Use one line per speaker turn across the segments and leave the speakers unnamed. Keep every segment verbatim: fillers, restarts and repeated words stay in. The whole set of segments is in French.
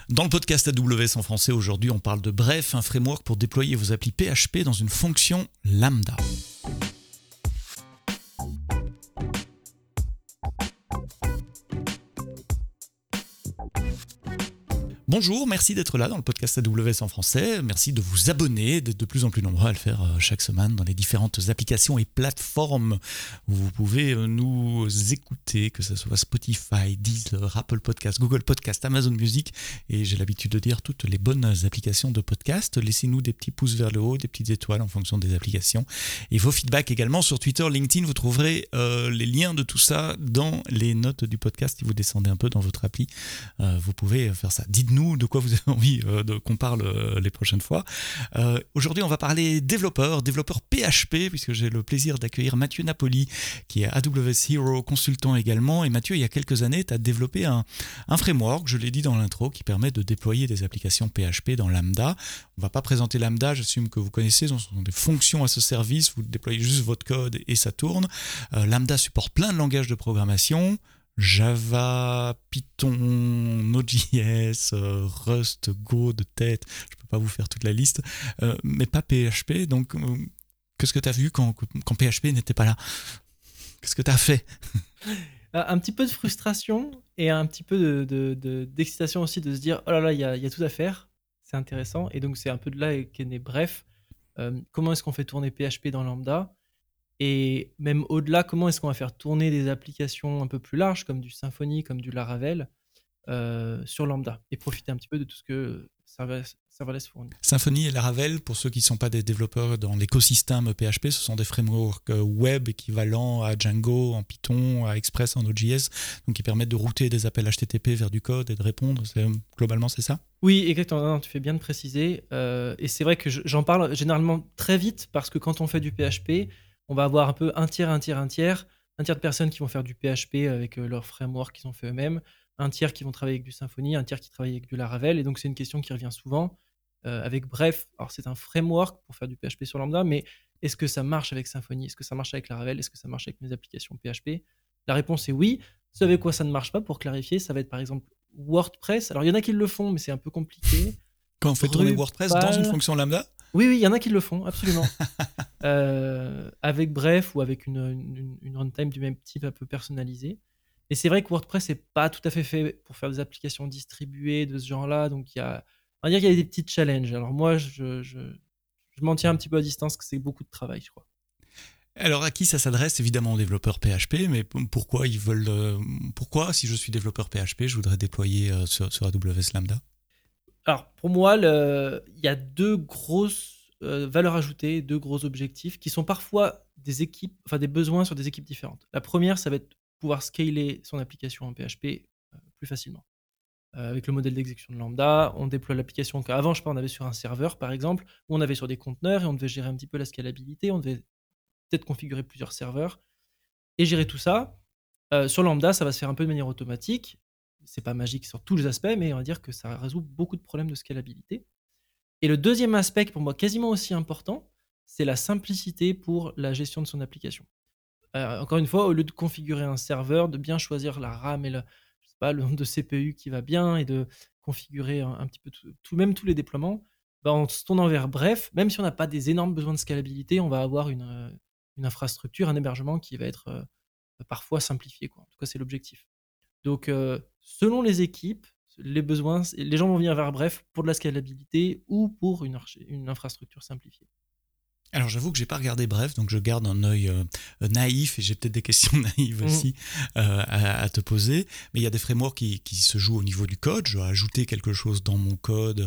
Dans le podcast A W S en français, aujourd'hui, on parle de Bref, un framework pour déployer vos applis P H P dans une fonction lambda. Bonjour, merci d'être là dans le podcast A W S en français. Merci de vous abonner, d'être de plus en plus nombreux à le faire chaque semaine dans les différentes applications et plateformes où vous pouvez nous écouter, que ce soit Spotify, Deezer, Apple Podcast, Google Podcast, Amazon Music et j'ai l'habitude de dire toutes les bonnes applications de podcast. Laissez-nous des petits pouces vers le haut, des petites étoiles en fonction des applications et vos feedbacks également sur Twitter, LinkedIn. Vous trouverez euh, les liens de tout ça dans les notes du podcast. Si vous descendez un peu dans votre appli, euh, vous pouvez faire ça. Dites-nous de quoi vous avez envie euh, de, qu'on parle euh, les prochaines fois. Euh, aujourd'hui, on va parler développeur, développeur P H P, puisque j'ai le plaisir d'accueillir Mathieu Napoli, qui est A W S Hero consultant également. Et Mathieu, il y a quelques années, tu as développé un, un framework, je l'ai dit dans l'intro, qui permet de déployer des applications P H P dans Lambda. On ne va pas présenter Lambda, j'assume que vous connaissez, ce sont des fonctions à ce service, vous déployez juste votre code et ça tourne. Euh, Lambda supporte plein de langages de programmation, Java, Python, Node.js, euh, Rust, Go de tête, je ne peux pas vous faire toute la liste, euh, mais pas P H P. Donc, euh, qu'est-ce que tu as vu quand, quand P H P n'était pas là ? Qu'est-ce que tu as fait ?
Un petit peu de frustration et un petit peu de, de, de, d'excitation aussi de se dire « Oh là là, il y a, y a tout à faire, c'est intéressant ». Et donc, c'est un peu de là qu'est né Bref. Euh, comment est-ce qu'on fait tourner P H P dans Lambda ? Et même au-delà, comment est-ce qu'on va faire tourner des applications un peu plus larges, comme du Symfony, comme du Laravel, euh, sur Lambda, et profiter un petit peu de tout ce que Serverless, Serverless fournit.
Symfony et Laravel, pour ceux qui ne sont pas des développeurs dans l'écosystème P H P, ce sont des frameworks web équivalents à Django en Python, à Express en Node.js, donc qui permettent de router des appels H T T P vers du code et de répondre. C'est, globalement, c'est ça ?
Oui, exactement. Non, tu fais bien de préciser. Euh, et c'est vrai que j'en parle généralement très vite, parce que quand on fait du P H P, on va avoir un peu un tiers, un tiers, un tiers, un tiers de personnes qui vont faire du P H P avec euh, leur framework qu'ils ont fait eux-mêmes, un tiers qui vont travailler avec du Symfony, un tiers qui travaille avec du Laravel. Et donc, c'est une question qui revient souvent. Euh, avec Bref, alors c'est un framework pour faire du P H P sur Lambda, mais est-ce que ça marche avec Symfony ? Est-ce que ça marche avec Laravel ? Est-ce que ça marche avec mes applications P H P ? La réponse est oui. Vous savez quoi ça ne marche pas, pour clarifier ? Ça va être par exemple WordPress. Alors, il y en a qui le font, mais c'est un peu compliqué.
Quand on fait tourner WordPress dans une fonction Lambda ?
Oui, oui, il y en a qui le font, absolument. euh, avec Bref ou avec une, une, une runtime du même type un peu personnalisée. Et c'est vrai que WordPress n'est pas tout à fait fait pour faire des applications distribuées de ce genre-là. Donc, il y a, on va dire qu'il y a des petits challenges. Alors moi, je, je, je m'en tiens un petit peu à distance, parce que c'est beaucoup de travail, je crois.
Alors à qui ça s'adresse ? Évidemment aux développeurs P H P, mais pourquoi ils veulent euh, pourquoi, si je suis développeur P H P, je voudrais déployer euh, sur, sur A W S Lambda ?
Alors pour moi, le... il y a deux grosses euh, valeurs ajoutées, deux gros objectifs qui sont parfois des équipes, enfin des besoins sur des équipes différentes. La première, ça va être pouvoir scaler son application en P H P euh, plus facilement. Euh, avec le modèle d'exécution de Lambda, on déploie l'application qu'avant, je sais pas, on avait sur un serveur par exemple, où on avait sur des conteneurs et on devait gérer un petit peu la scalabilité, on devait peut-être configurer plusieurs serveurs et gérer tout ça. Euh, sur Lambda, ça va se faire un peu de manière automatique. C'est pas magique sur tous les aspects, mais on va dire que ça résout beaucoup de problèmes de scalabilité. Et le deuxième aspect, pour moi quasiment aussi important, c'est la simplicité pour la gestion de son application. Euh, encore une fois, au lieu de configurer un serveur, de bien choisir la RAM et le, je sais pas, le nombre de C P U qui va bien et de configurer un, un petit peu tout, tout, même tous les déploiements, bah, en se tournant vers Bref, même si on n'a pas des énormes besoins de scalabilité, on va avoir une, une infrastructure, un hébergement qui va être euh, parfois simplifié, quoi. En tout cas, c'est l'objectif. Donc, euh, selon les équipes, les besoins, les gens vont venir vers Bref pour de la scalabilité ou pour une, archi- une infrastructure simplifiée.
Alors j'avoue que j'ai pas regardé Bref, donc je garde un œil euh, naïf et j'ai peut-être des questions naïves mmh. aussi euh, à, à te poser. Mais il y a des frameworks qui, qui se jouent au niveau du code. Je dois ajouter quelque chose dans mon code,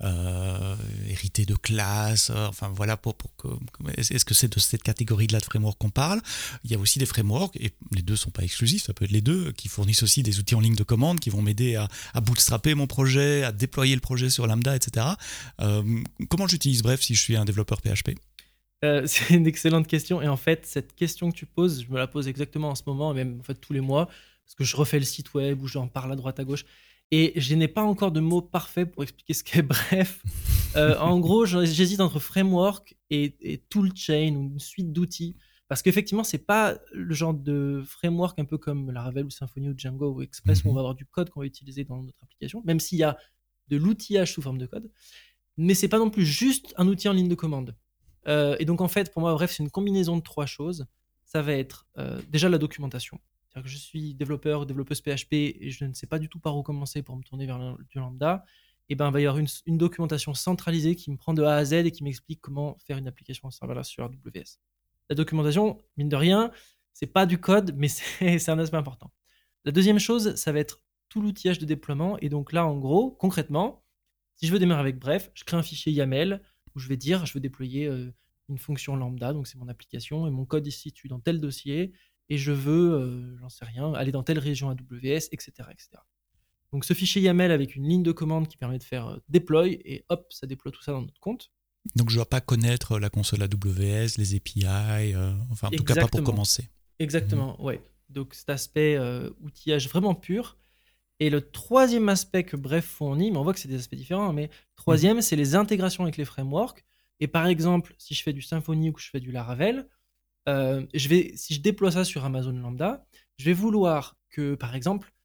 euh, hérité de classe. Euh, enfin voilà, pour, pour que, est-ce que c'est de cette catégorie de là de framework qu'on parle ? Il y a aussi des frameworks, et les deux sont pas exclusifs, ça peut être les deux, qui fournissent aussi des outils en ligne de commande qui vont m'aider à, à bootstrapper mon projet, à déployer le projet sur Lambda, et cetera. Euh, comment j'utilise Bref si je suis un développeur P H P ?
Euh, c'est une excellente question, et en fait cette question que tu poses, je me la pose exactement en ce moment, et même en fait tous les mois, parce que je refais le site web où j'en parle à droite à gauche et je n'ai pas encore de mots parfaits pour expliquer ce qu'est Bref. Euh, en gros, j'hésite entre framework et, et toolchain ou une suite d'outils, parce qu'effectivement c'est pas le genre de framework un peu comme Laravel ou Symfony ou Django ou Express, mm-hmm. où on va avoir du code qu'on va utiliser dans notre application, même s'il y a de l'outillage sous forme de code, mais c'est pas non plus juste un outil en ligne de commande. Euh, et donc en fait, pour moi, bref, c'est une combinaison de trois choses. Ça va être euh, déjà la documentation. C'est-à-dire que je suis développeur ou développeuse P H P et je ne sais pas du tout par où commencer pour me tourner vers le- du lambda. Et ben, il va y avoir une, une documentation centralisée qui me prend de A à Z et qui m'explique comment faire une application serverless sur A W S. La documentation, mine de rien, c'est pas du code, mais c'est c'est un aspect important. La deuxième chose, ça va être tout l'outillage de déploiement. Et donc là, en gros, concrètement, si je veux démarrer avec Bref, je crée un fichier YAML où je vais dire je veux déployer euh, une fonction lambda, donc c'est mon application, et mon code est situé dans tel dossier, et je veux, euh, j'en sais rien, aller dans telle région A W S, et cetera, et cetera. Donc ce fichier YAML avec une ligne de commande qui permet de faire euh, deploy, et hop, ça déploie tout ça dans notre compte.
Donc je ne dois pas connaître la console A W S, les A P I, euh, enfin en tout cas pas pour
Exactement.
commencer.
Exactement, ouais. Donc cet aspect euh, outillage vraiment pur. Et le troisième aspect que Bref fournit, mais on voit que c'est des aspects différents, hein, mais troisième, c'est les intégrations avec les frameworks. Et par exemple, si je fais du Symfony ou que je fais du Laravel, euh, je vais, si je déploie ça sur Amazon Lambda, je vais vouloir que, par exemple,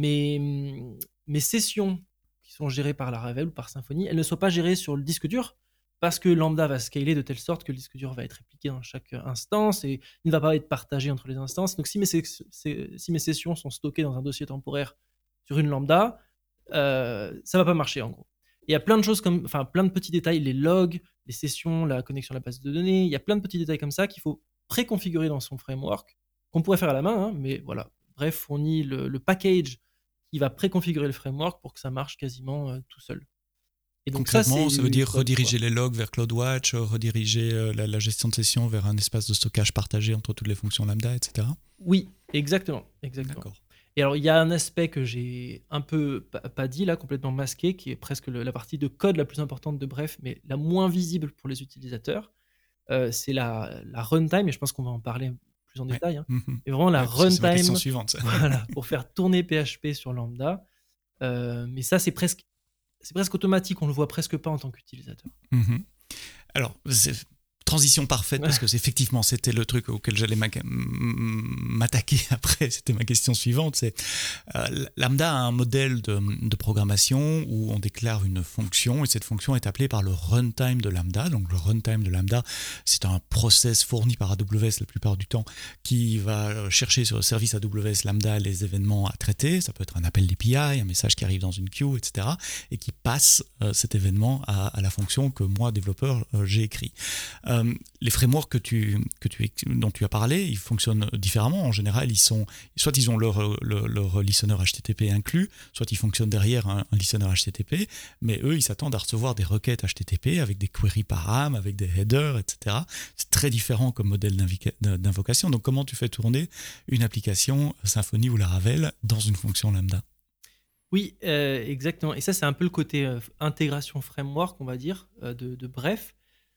mes, mes sessions qui sont gérées par Laravel ou par Symfony, elles ne soient pas gérées sur le disque dur, parce que Lambda va scaler de telle sorte que le disque dur va être répliqué dans chaque instance et il ne va pas être partagé entre les instances. Donc si mes, si mes sessions sont stockées dans un dossier temporaire sur une Lambda, euh, ça va pas marcher en gros. Il y a plein de choses comme, enfin plein de petits détails, les logs, les sessions, la connexion à la base de données, il y a plein de petits détails comme ça qu'il faut préconfigurer dans son framework, qu'on pourrait faire à la main, hein, mais voilà. Bref, fournit le, le package qui va préconfigurer le framework pour que ça marche quasiment euh, tout seul.
Et donc concrètement, ça, ça veut dire code, rediriger quoi. les logs vers CloudWatch, rediriger euh, la, la gestion de session vers un espace de stockage partagé entre toutes les fonctions lambda, et cetera.
Oui, exactement, exactement. D'accord. Et alors, il y a un aspect que j'ai un peu pas dit là, complètement masqué, qui est presque le, la partie de code la plus importante de Bref, mais la moins visible pour les utilisateurs. Euh, c'est la, la runtime, et je pense qu'on va en parler plus en ouais. détail. Hein. Mm-hmm. Et vraiment la ouais, runtime, c'est ma question
suivante.
Voilà, pour faire tourner P H P sur Lambda. Euh, mais ça, c'est presque, c'est presque automatique, on le voit presque pas en tant qu'utilisateur.
Mm-hmm. Alors, c'est transition parfaite, parce que c'est, effectivement, c'était le truc auquel j'allais m'attaquer après. C'était ma question suivante. C'est euh, Lambda a un modèle de, de programmation où on déclare une fonction et cette fonction est appelée par le runtime de Lambda. Donc le runtime de Lambda, c'est un process fourni par A W S la plupart du temps qui va chercher sur le service A W S Lambda les événements à traiter. Ça peut être un appel d'A P I, un message qui arrive dans une queue, et cetera. Et qui passe euh, cet événement à, à la fonction que moi, développeur, euh, j'ai écrit. Euh, les frameworks que tu, que tu, dont tu as parlé, ils fonctionnent différemment. En général, ils sont, soit ils ont leur, leur, leur listener H T T P inclus, soit ils fonctionnent derrière un, un listener H T T P, mais eux, ils s'attendent à recevoir des requêtes H T T P avec des queries param, avec des headers, et cetera. C'est très différent comme modèle d'invocation. Donc, comment tu fais tourner une application Symfony ou Laravel dans une fonction lambda ?
Oui, euh, exactement. Et ça, c'est un peu le côté euh, intégration framework, on va dire, euh, de, de Bref.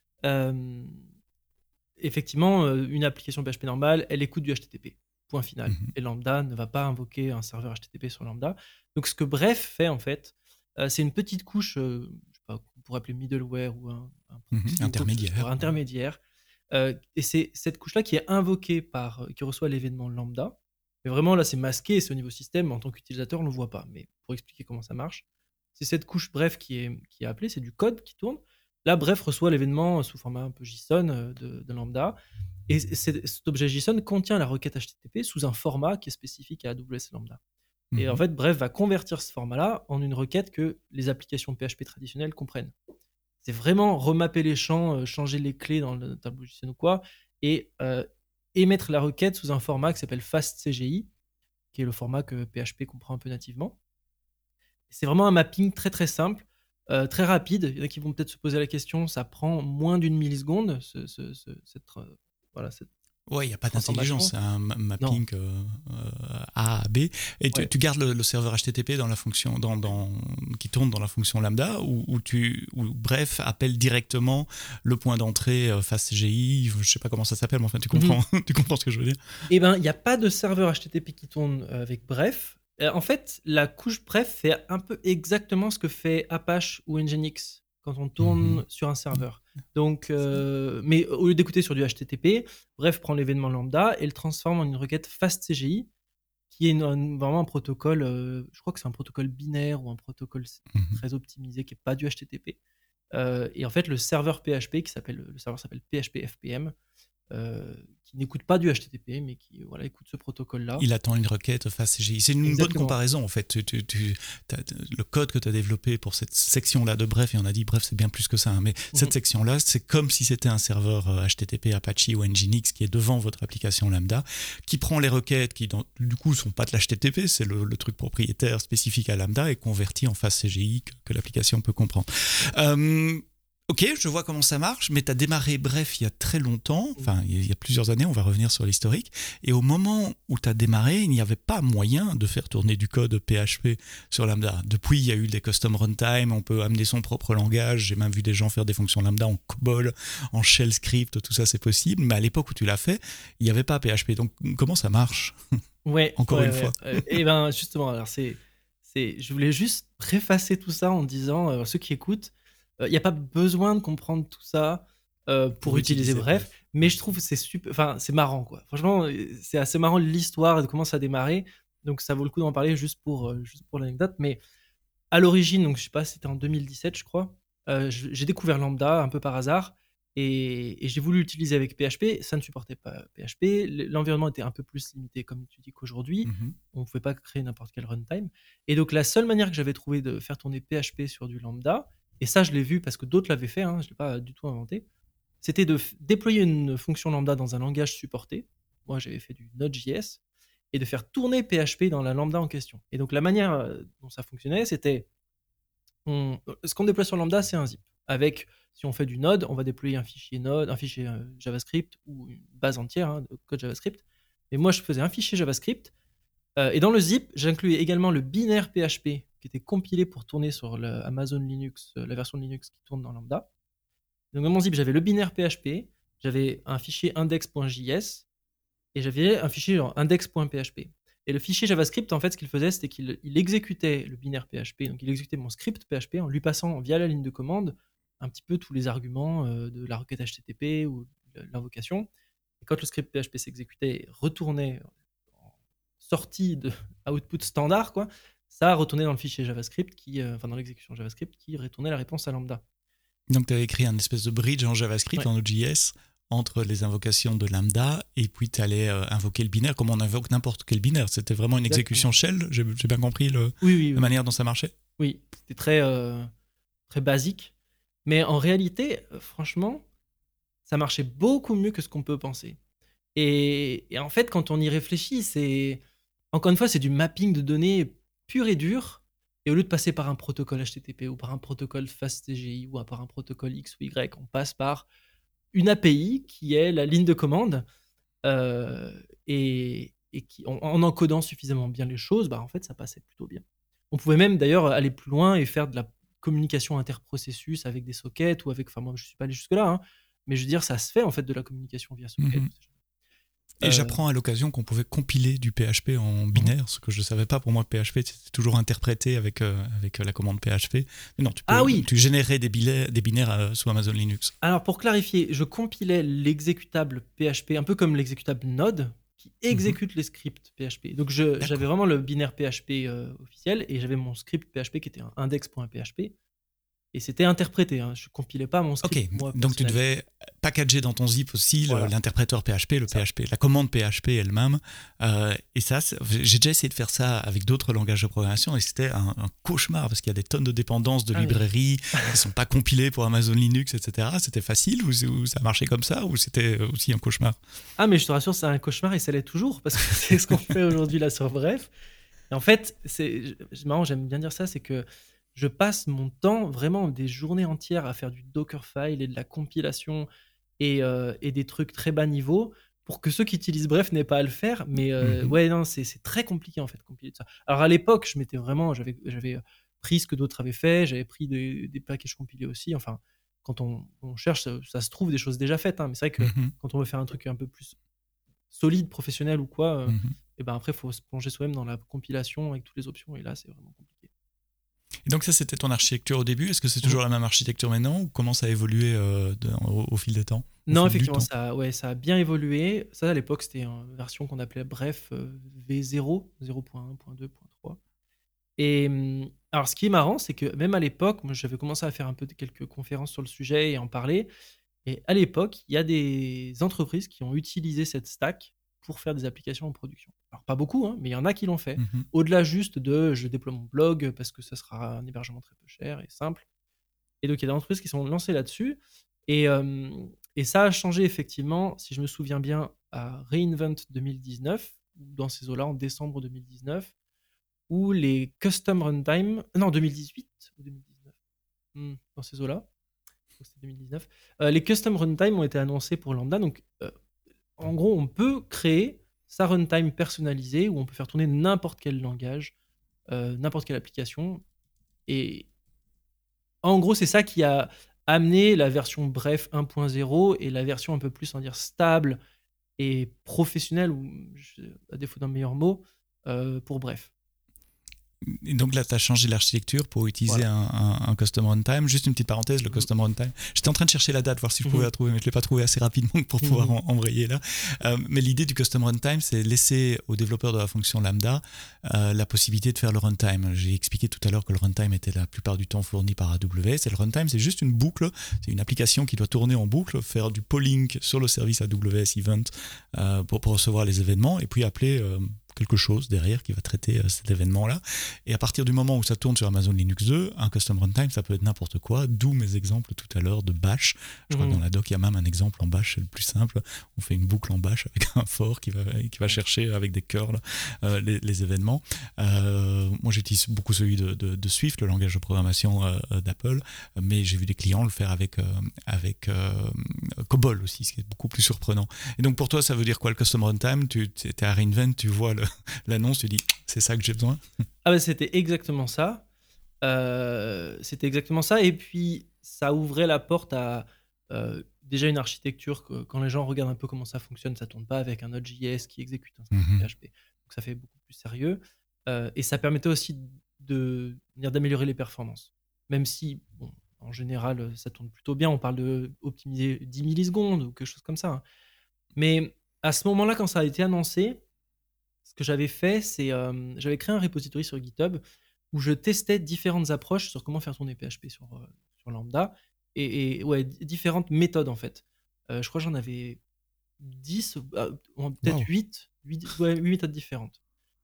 Euh, effectivement, euh, une application P H P normale, elle écoute du H T T P. Point final. Mm-hmm. Et Lambda ne va pas invoquer un serveur H T T P sur Lambda. Donc, ce que Bref fait, en fait, euh, c'est une petite couche, euh, je sais pas, qu'on pourrait appeler middleware ou un, un
mm-hmm. intermédiaire.
intermédiaire. Euh, et c'est cette couche-là qui est invoquée par, euh, qui reçoit l'événement Lambda. Mais vraiment, là, c'est masqué, c'est au niveau système. En tant qu'utilisateur, on ne le voit pas. Mais pour expliquer comment ça marche, c'est cette couche Bref qui est, qui est appelée, c'est du code qui tourne. Là, Bref reçoit l'événement sous format un peu JSON de, de Lambda. Et cet objet JSON contient la requête H T T P sous un format qui est spécifique à A W S Lambda. Mm-hmm. Et en fait, Bref va convertir ce format-là en une requête que les applications P H P traditionnelles comprennent. C'est vraiment remapper les champs, changer les clés dans le tableau JSON ou quoi, et euh, émettre la requête sous un format qui s'appelle FastCGI, qui est le format que P H P comprend un peu nativement. C'est vraiment un mapping très très simple. Euh, très rapide, il y en a qui vont peut-être se poser la question, ça prend moins d'une milliseconde, ce, ce, ce, cette, euh, voilà, cette
ouais, il n'y a pas d'intelligence, c'est un mapping euh, euh, A à B. Et tu, ouais. tu gardes le, le serveur H T T P dans la fonction, dans, dans, qui tourne dans la fonction lambda, ou, ou tu, ou, bref, appelle directement le point d'entrée euh, FastCGI, je ne sais pas comment ça s'appelle, mais enfin, tu comprends, mm-hmm. tu comprends ce que je veux dire.
Eh bien, il n'y a pas de serveur H T T P qui tourne avec Bref. En fait, la couche Bref fait un peu exactement ce que fait Apache ou Nginx quand on tourne mmh. sur un serveur. Donc, euh, mais au lieu d'écouter sur du H T T P, Bref prend l'événement lambda et le transforme en une requête FastCGI qui est une- un- vraiment un protocole, euh, je crois que c'est un protocole binaire ou un protocole s-
Mhm.
très optimisé qui n'est pas du H T T P. Euh, et en fait, le serveur P H P, qui s'appelle, le serveur s'appelle P H P F P M, euh, qui n'écoute pas du H T T P, mais qui voilà, écoute ce protocole-là.
Il attend une requête face C G I. C'est une bonne
Exactement.
comparaison en fait. Tu, tu, tu- t'as- le code que tu as développé pour cette section-là de Bref, et on a dit Bref, c'est bien plus que ça, hein, mais
Mhm.
cette section-là, c'est comme si c'était un serveur euh, H T T P, Apache ou Nginx qui est devant votre application lambda, qui prend les requêtes qui, dans- du coup, ne sont pas de l'H T T P, c'est le, le truc propriétaire spécifique à lambda et converti en phase C G I que, que l'application peut comprendre. Euh, Ok, je vois comment ça marche, mais tu as démarré Bref il y a très longtemps, enfin il y a plusieurs années, on va revenir sur l'historique, et au moment où tu as démarré, il n'y avait pas moyen de faire tourner du code P H P sur Lambda. Depuis, il y a eu des custom runtime, on peut amener son propre langage, j'ai même vu des gens faire des fonctions Lambda en COBOL, en shell script, tout ça c'est possible, mais à l'époque où tu l'as fait, il n'y avait pas P H P, donc comment ça marche?
Ouais,
Encore
ouais,
une
ouais.
fois.
Euh, et ben justement, alors c'est, c'est, je voulais juste préfacer tout ça en disant, euh, ceux qui écoutent, il n'y a pas besoin de comprendre tout ça euh, pour,
Pour
utiliser
utiliser
Bref,
Bref.
mais je trouve que c'est super, enfin c'est marrant quoi. Franchement, euh, c'est assez marrant l'histoire et de comment ça a démarré, donc ça vaut le coup d'en parler juste pour, euh, juste pour l'anecdote. Mais à l'origine, donc je sais pas, c'était en deux mille dix-sept, je crois. euh, je- j'ai découvert Lambda un peu par hasard et, et j'ai voulu l'utiliser avec P H P. Ça ne supportait pas P H P. L- L'environnement était un peu plus limité, comme tu dis, qu'aujourd'hui.
Mhm.
On ne pouvait pas créer n'importe quel runtime. Et donc la seule manière que j'avais trouvé de faire tourner P H P sur du Lambda, et ça je l'ai vu parce que d'autres l'avaient fait, hein, je ne l'ai pas du tout inventé, c'était de f- déployer une fonction Lambda dans un langage supporté. Moi j'avais fait du Node.js et de faire tourner P H P dans la lambda en question. Et donc la manière euh, dont ça fonctionnait, c'était on- ce qu'on déploie sur lambda, c'est un zip. Avec, si on fait du Node, on va déployer un fichier Node, un fichier euh, JavaScript ou une base entière hein, de code JavaScript. Et moi, je faisais un fichier JavaScript. euh, et dans le zip, j'incluais également le binaire P H P qui était compilé pour tourner sur le Amazon Linux, euh, la version de Linux qui tourne dans lambda. Donc dans mon zip, j'avais le binaire P H P, j'avais un fichier index.js et j'avais un fichier genre index.php. Et le fichier JavaScript, en fait, ce qu'il faisait, c'était qu'il il exécutait le binaire P H P, donc il exécutait mon script P H P en lui passant via la ligne de commande un petit peu tous les arguments euh, de la requête H T T P ou de l'invocation. Et quand le script P H P s'exécutait et retournait en sortie de output standard, quoi, ça retournait dans le fichier JavaScript, qui, euh, enfin dans l'exécution JavaScript, qui retournait la réponse à lambda.
Donc tu as écrit un espèce de bridge en JavaScript,
Ouais.
en Node.js, entre les invocations de lambda, et puis tu allais euh, invoquer le binaire comme on invoque n'importe quel binaire. C'était vraiment une exécution
Exactement.
shell, j'ai j'ai bien compris le,
Oui, oui,
la
oui.
manière dont ça marchait.
Oui, c'était très, euh, très basique. Mais en réalité, euh, franchement, ça marchait beaucoup mieux que ce qu'on peut penser. Et, et en fait, quand on y réfléchit, c'est encore une fois, c'est du mapping de données pur et dur. Et au lieu de passer par un protocole H T T P ou par un protocole FastCGI ou par un protocole X ou Y, on passe par une A P I qui est la ligne de commande. euh, et, et qui, en, en encodant suffisamment bien les choses, bah, en fait, ça passait plutôt bien. On pouvait même d'ailleurs aller plus loin et faire de la communication interprocessus avec des sockets ou avec. Enfin, moi, je ne suis pas allé jusque-là, hein, mais je veux dire, ça se fait en fait de la communication via socket.
Mhm. Et
Euh,
j'apprends à l'occasion qu'on pouvait compiler du P H P en
mhm.
binaire, ce que je ne savais pas. Pour moi, P H P, c'était toujours interprété avec, euh, avec la commande P H P. Mais non, tu, peux,
Ah oui.
tu générais des binaires, des binaires euh, sous Amazon Linux.
Alors pour clarifier, je compilais l'exécutable P H P un peu comme l'exécutable Node qui exécute les scripts P H P. Donc je-
D'accord.
j'avais vraiment le binaire P H P euh, officiel et j'avais mon script P H P qui était un index.php. Et c'était interprété, hein. Je compilais pas mon script.
Ok,
moi,
donc tu
personnel.
devais packager dans ton zip aussi le-
Voilà.
l'interpréteur P H P, le
Ça.
P H P, la commande P H P elle-même. Euh, et ça, c'est- j'ai déjà essayé de faire ça avec d'autres langages de programmation et c'était un, un cauchemar parce qu'il y a des tonnes de dépendances de
Ah oui.
librairies qui ne sont pas compilées pour Amazon Linux, et cetera. C'était facile ou, ou ça marchait comme ça ou c'était aussi un cauchemar?
Ah, mais je te rassure, c'est un cauchemar et ça l'est toujours parce que c'est ce qu'on fait aujourd'hui là sur Bref. Et en fait, c'est c'est marrant, j'aime bien dire ça, c'est que je passe mon temps, vraiment des journées entières à faire du Dockerfile et de la compilation et, euh, et des trucs très bas niveau pour que ceux qui utilisent Bref n'aient pas à le faire. Mais euh,
Mhm.
ouais, non, c'est c'est très compliqué en fait, de compiler tout ça. Alors à l'époque, je m'étais vraiment, j'avais j'avais pris ce que d'autres avaient fait, j'avais pris des, des packages compilés aussi. Enfin, quand on, on cherche, ça, ça se trouve des choses déjà faites, hein. Mais c'est vrai que
Mhm.
quand on veut faire un truc un peu plus solide, professionnel ou quoi, euh,
Mhm.
et ben après, il faut se plonger soi-même dans la compilation avec toutes les options. Et là, c'est vraiment compliqué.
Et donc ça, c'était ton architecture au début. Est-ce que c'est toujours
Mmh.
la même architecture maintenant ou comment ça a évolué euh, de- au, au fil des temps, au
Non,
fil du
effectivement,
temps?
ça, ouais, ça a bien évolué. Ça, à l'époque, c'était une version qu'on appelait bref euh, V zéro, zéro point un, zéro point deux, zéro point trois. Et hum, alors, ce qui est marrant, c'est que même à l'époque, moi, j'avais commencé à faire un peu de- quelques conférences sur le sujet et en parler. Et à l'époque, il y a des entreprises qui ont utilisé cette stack pour faire des applications en production. Alors, pas beaucoup, hein, mais il y en a qui l'ont fait.
Mhm.
Au-delà juste de je déploie mon blog parce que ça sera un hébergement très peu cher et simple. Et donc, il y a des entreprises qui sont lancées là-dessus. Et, euh, et ça a changé effectivement, si je me souviens bien, à reInvent deux mille dix-neuf, ou dans ces eaux-là, en décembre deux mille dix-neuf, où les custom runtime, non, deux mille dix-huit ou deux mille dix-neuf, Hmm, dans ces eaux-là, c'était deux mille dix-neuf, euh, les custom runtime ont été annoncés pour Lambda. Donc, euh, en gros, on peut créer sa runtime personnalisée où on peut faire tourner n'importe quel langage, euh, n'importe quelle application. Et en gros, c'est ça qui a amené la version bref un point zéro et la version un peu plus, on va dire, stable et professionnelle, ou je- à défaut d'un meilleur mot, euh, pour bref.
Et donc là, tu as changé l'architecture pour utiliser
Voilà.
un, un- un custom runtime. Juste une petite parenthèse, le
Mhm.
custom runtime. J'étais en train de chercher la date, voir si je pouvais
Mhm.
la trouver, mais je ne l'ai pas trouvée assez rapidement pour pouvoir
Mhm.
en- embrayer là. Euh, mais l'idée du custom runtime, c'est laisser aux développeurs de la fonction lambda euh, la possibilité de faire le runtime. J'ai expliqué tout à l'heure que le runtime était la plupart du temps fourni par A W S. Et le runtime, c'est juste une boucle, c'est une application qui doit tourner en boucle, faire du polling sur le service A W S Event euh, pour, pour recevoir les événements et puis appeler euh, quelque chose derrière qui va traiter euh, cet événement-là. Et à partir du moment où ça tourne sur Amazon Linux deux, un custom runtime, ça peut être n'importe quoi, d'où mes exemples tout à l'heure de Bash. Je crois que dans
Mhm.
la doc, il y a même un exemple en Bash, c'est le plus simple. On fait une boucle en Bash avec un for qui va, qui va chercher avec des curls euh, les, les événements. Euh, moi, j'utilise beaucoup celui de, de, de Swift, le langage de programmation euh, d'Apple, mais j'ai vu des clients le faire avec, euh, avec euh, COBOL aussi, ce qui est beaucoup plus surprenant. Et donc, pour toi, ça veut dire quoi le custom runtime? Tu es à reInvent, tu vois le, l'annonce, tu dis c'est ça que j'ai besoin.
Ah bah c'était exactement ça. Euh, c'était exactement ça. Et puis, ça ouvrait la porte à euh, déjà une architecture que quand les gens regardent un peu comment ça fonctionne, ça tourne pas avec un Node.js qui exécute un script
Mm-hmm.
P H P. Donc, ça fait beaucoup plus sérieux. Euh, et ça permettait aussi de, dire, d'améliorer les performances. Même si, bon, en général, ça tourne plutôt bien. On parle de optimiser dix millisecondes ou quelque chose comme ça, hein. Mais à ce moment-là, quand ça a été annoncé, ce que j'avais fait, c'est euh, j'avais créé un repository sur GitHub où je testais différentes approches sur comment faire tourner P H P sur, euh, sur Lambda et, et, ouais, d- différentes méthodes en fait. Euh, je crois que j'en avais dix, euh, peut-être
Wow.
huit, huit, ouais, huit méthodes différentes.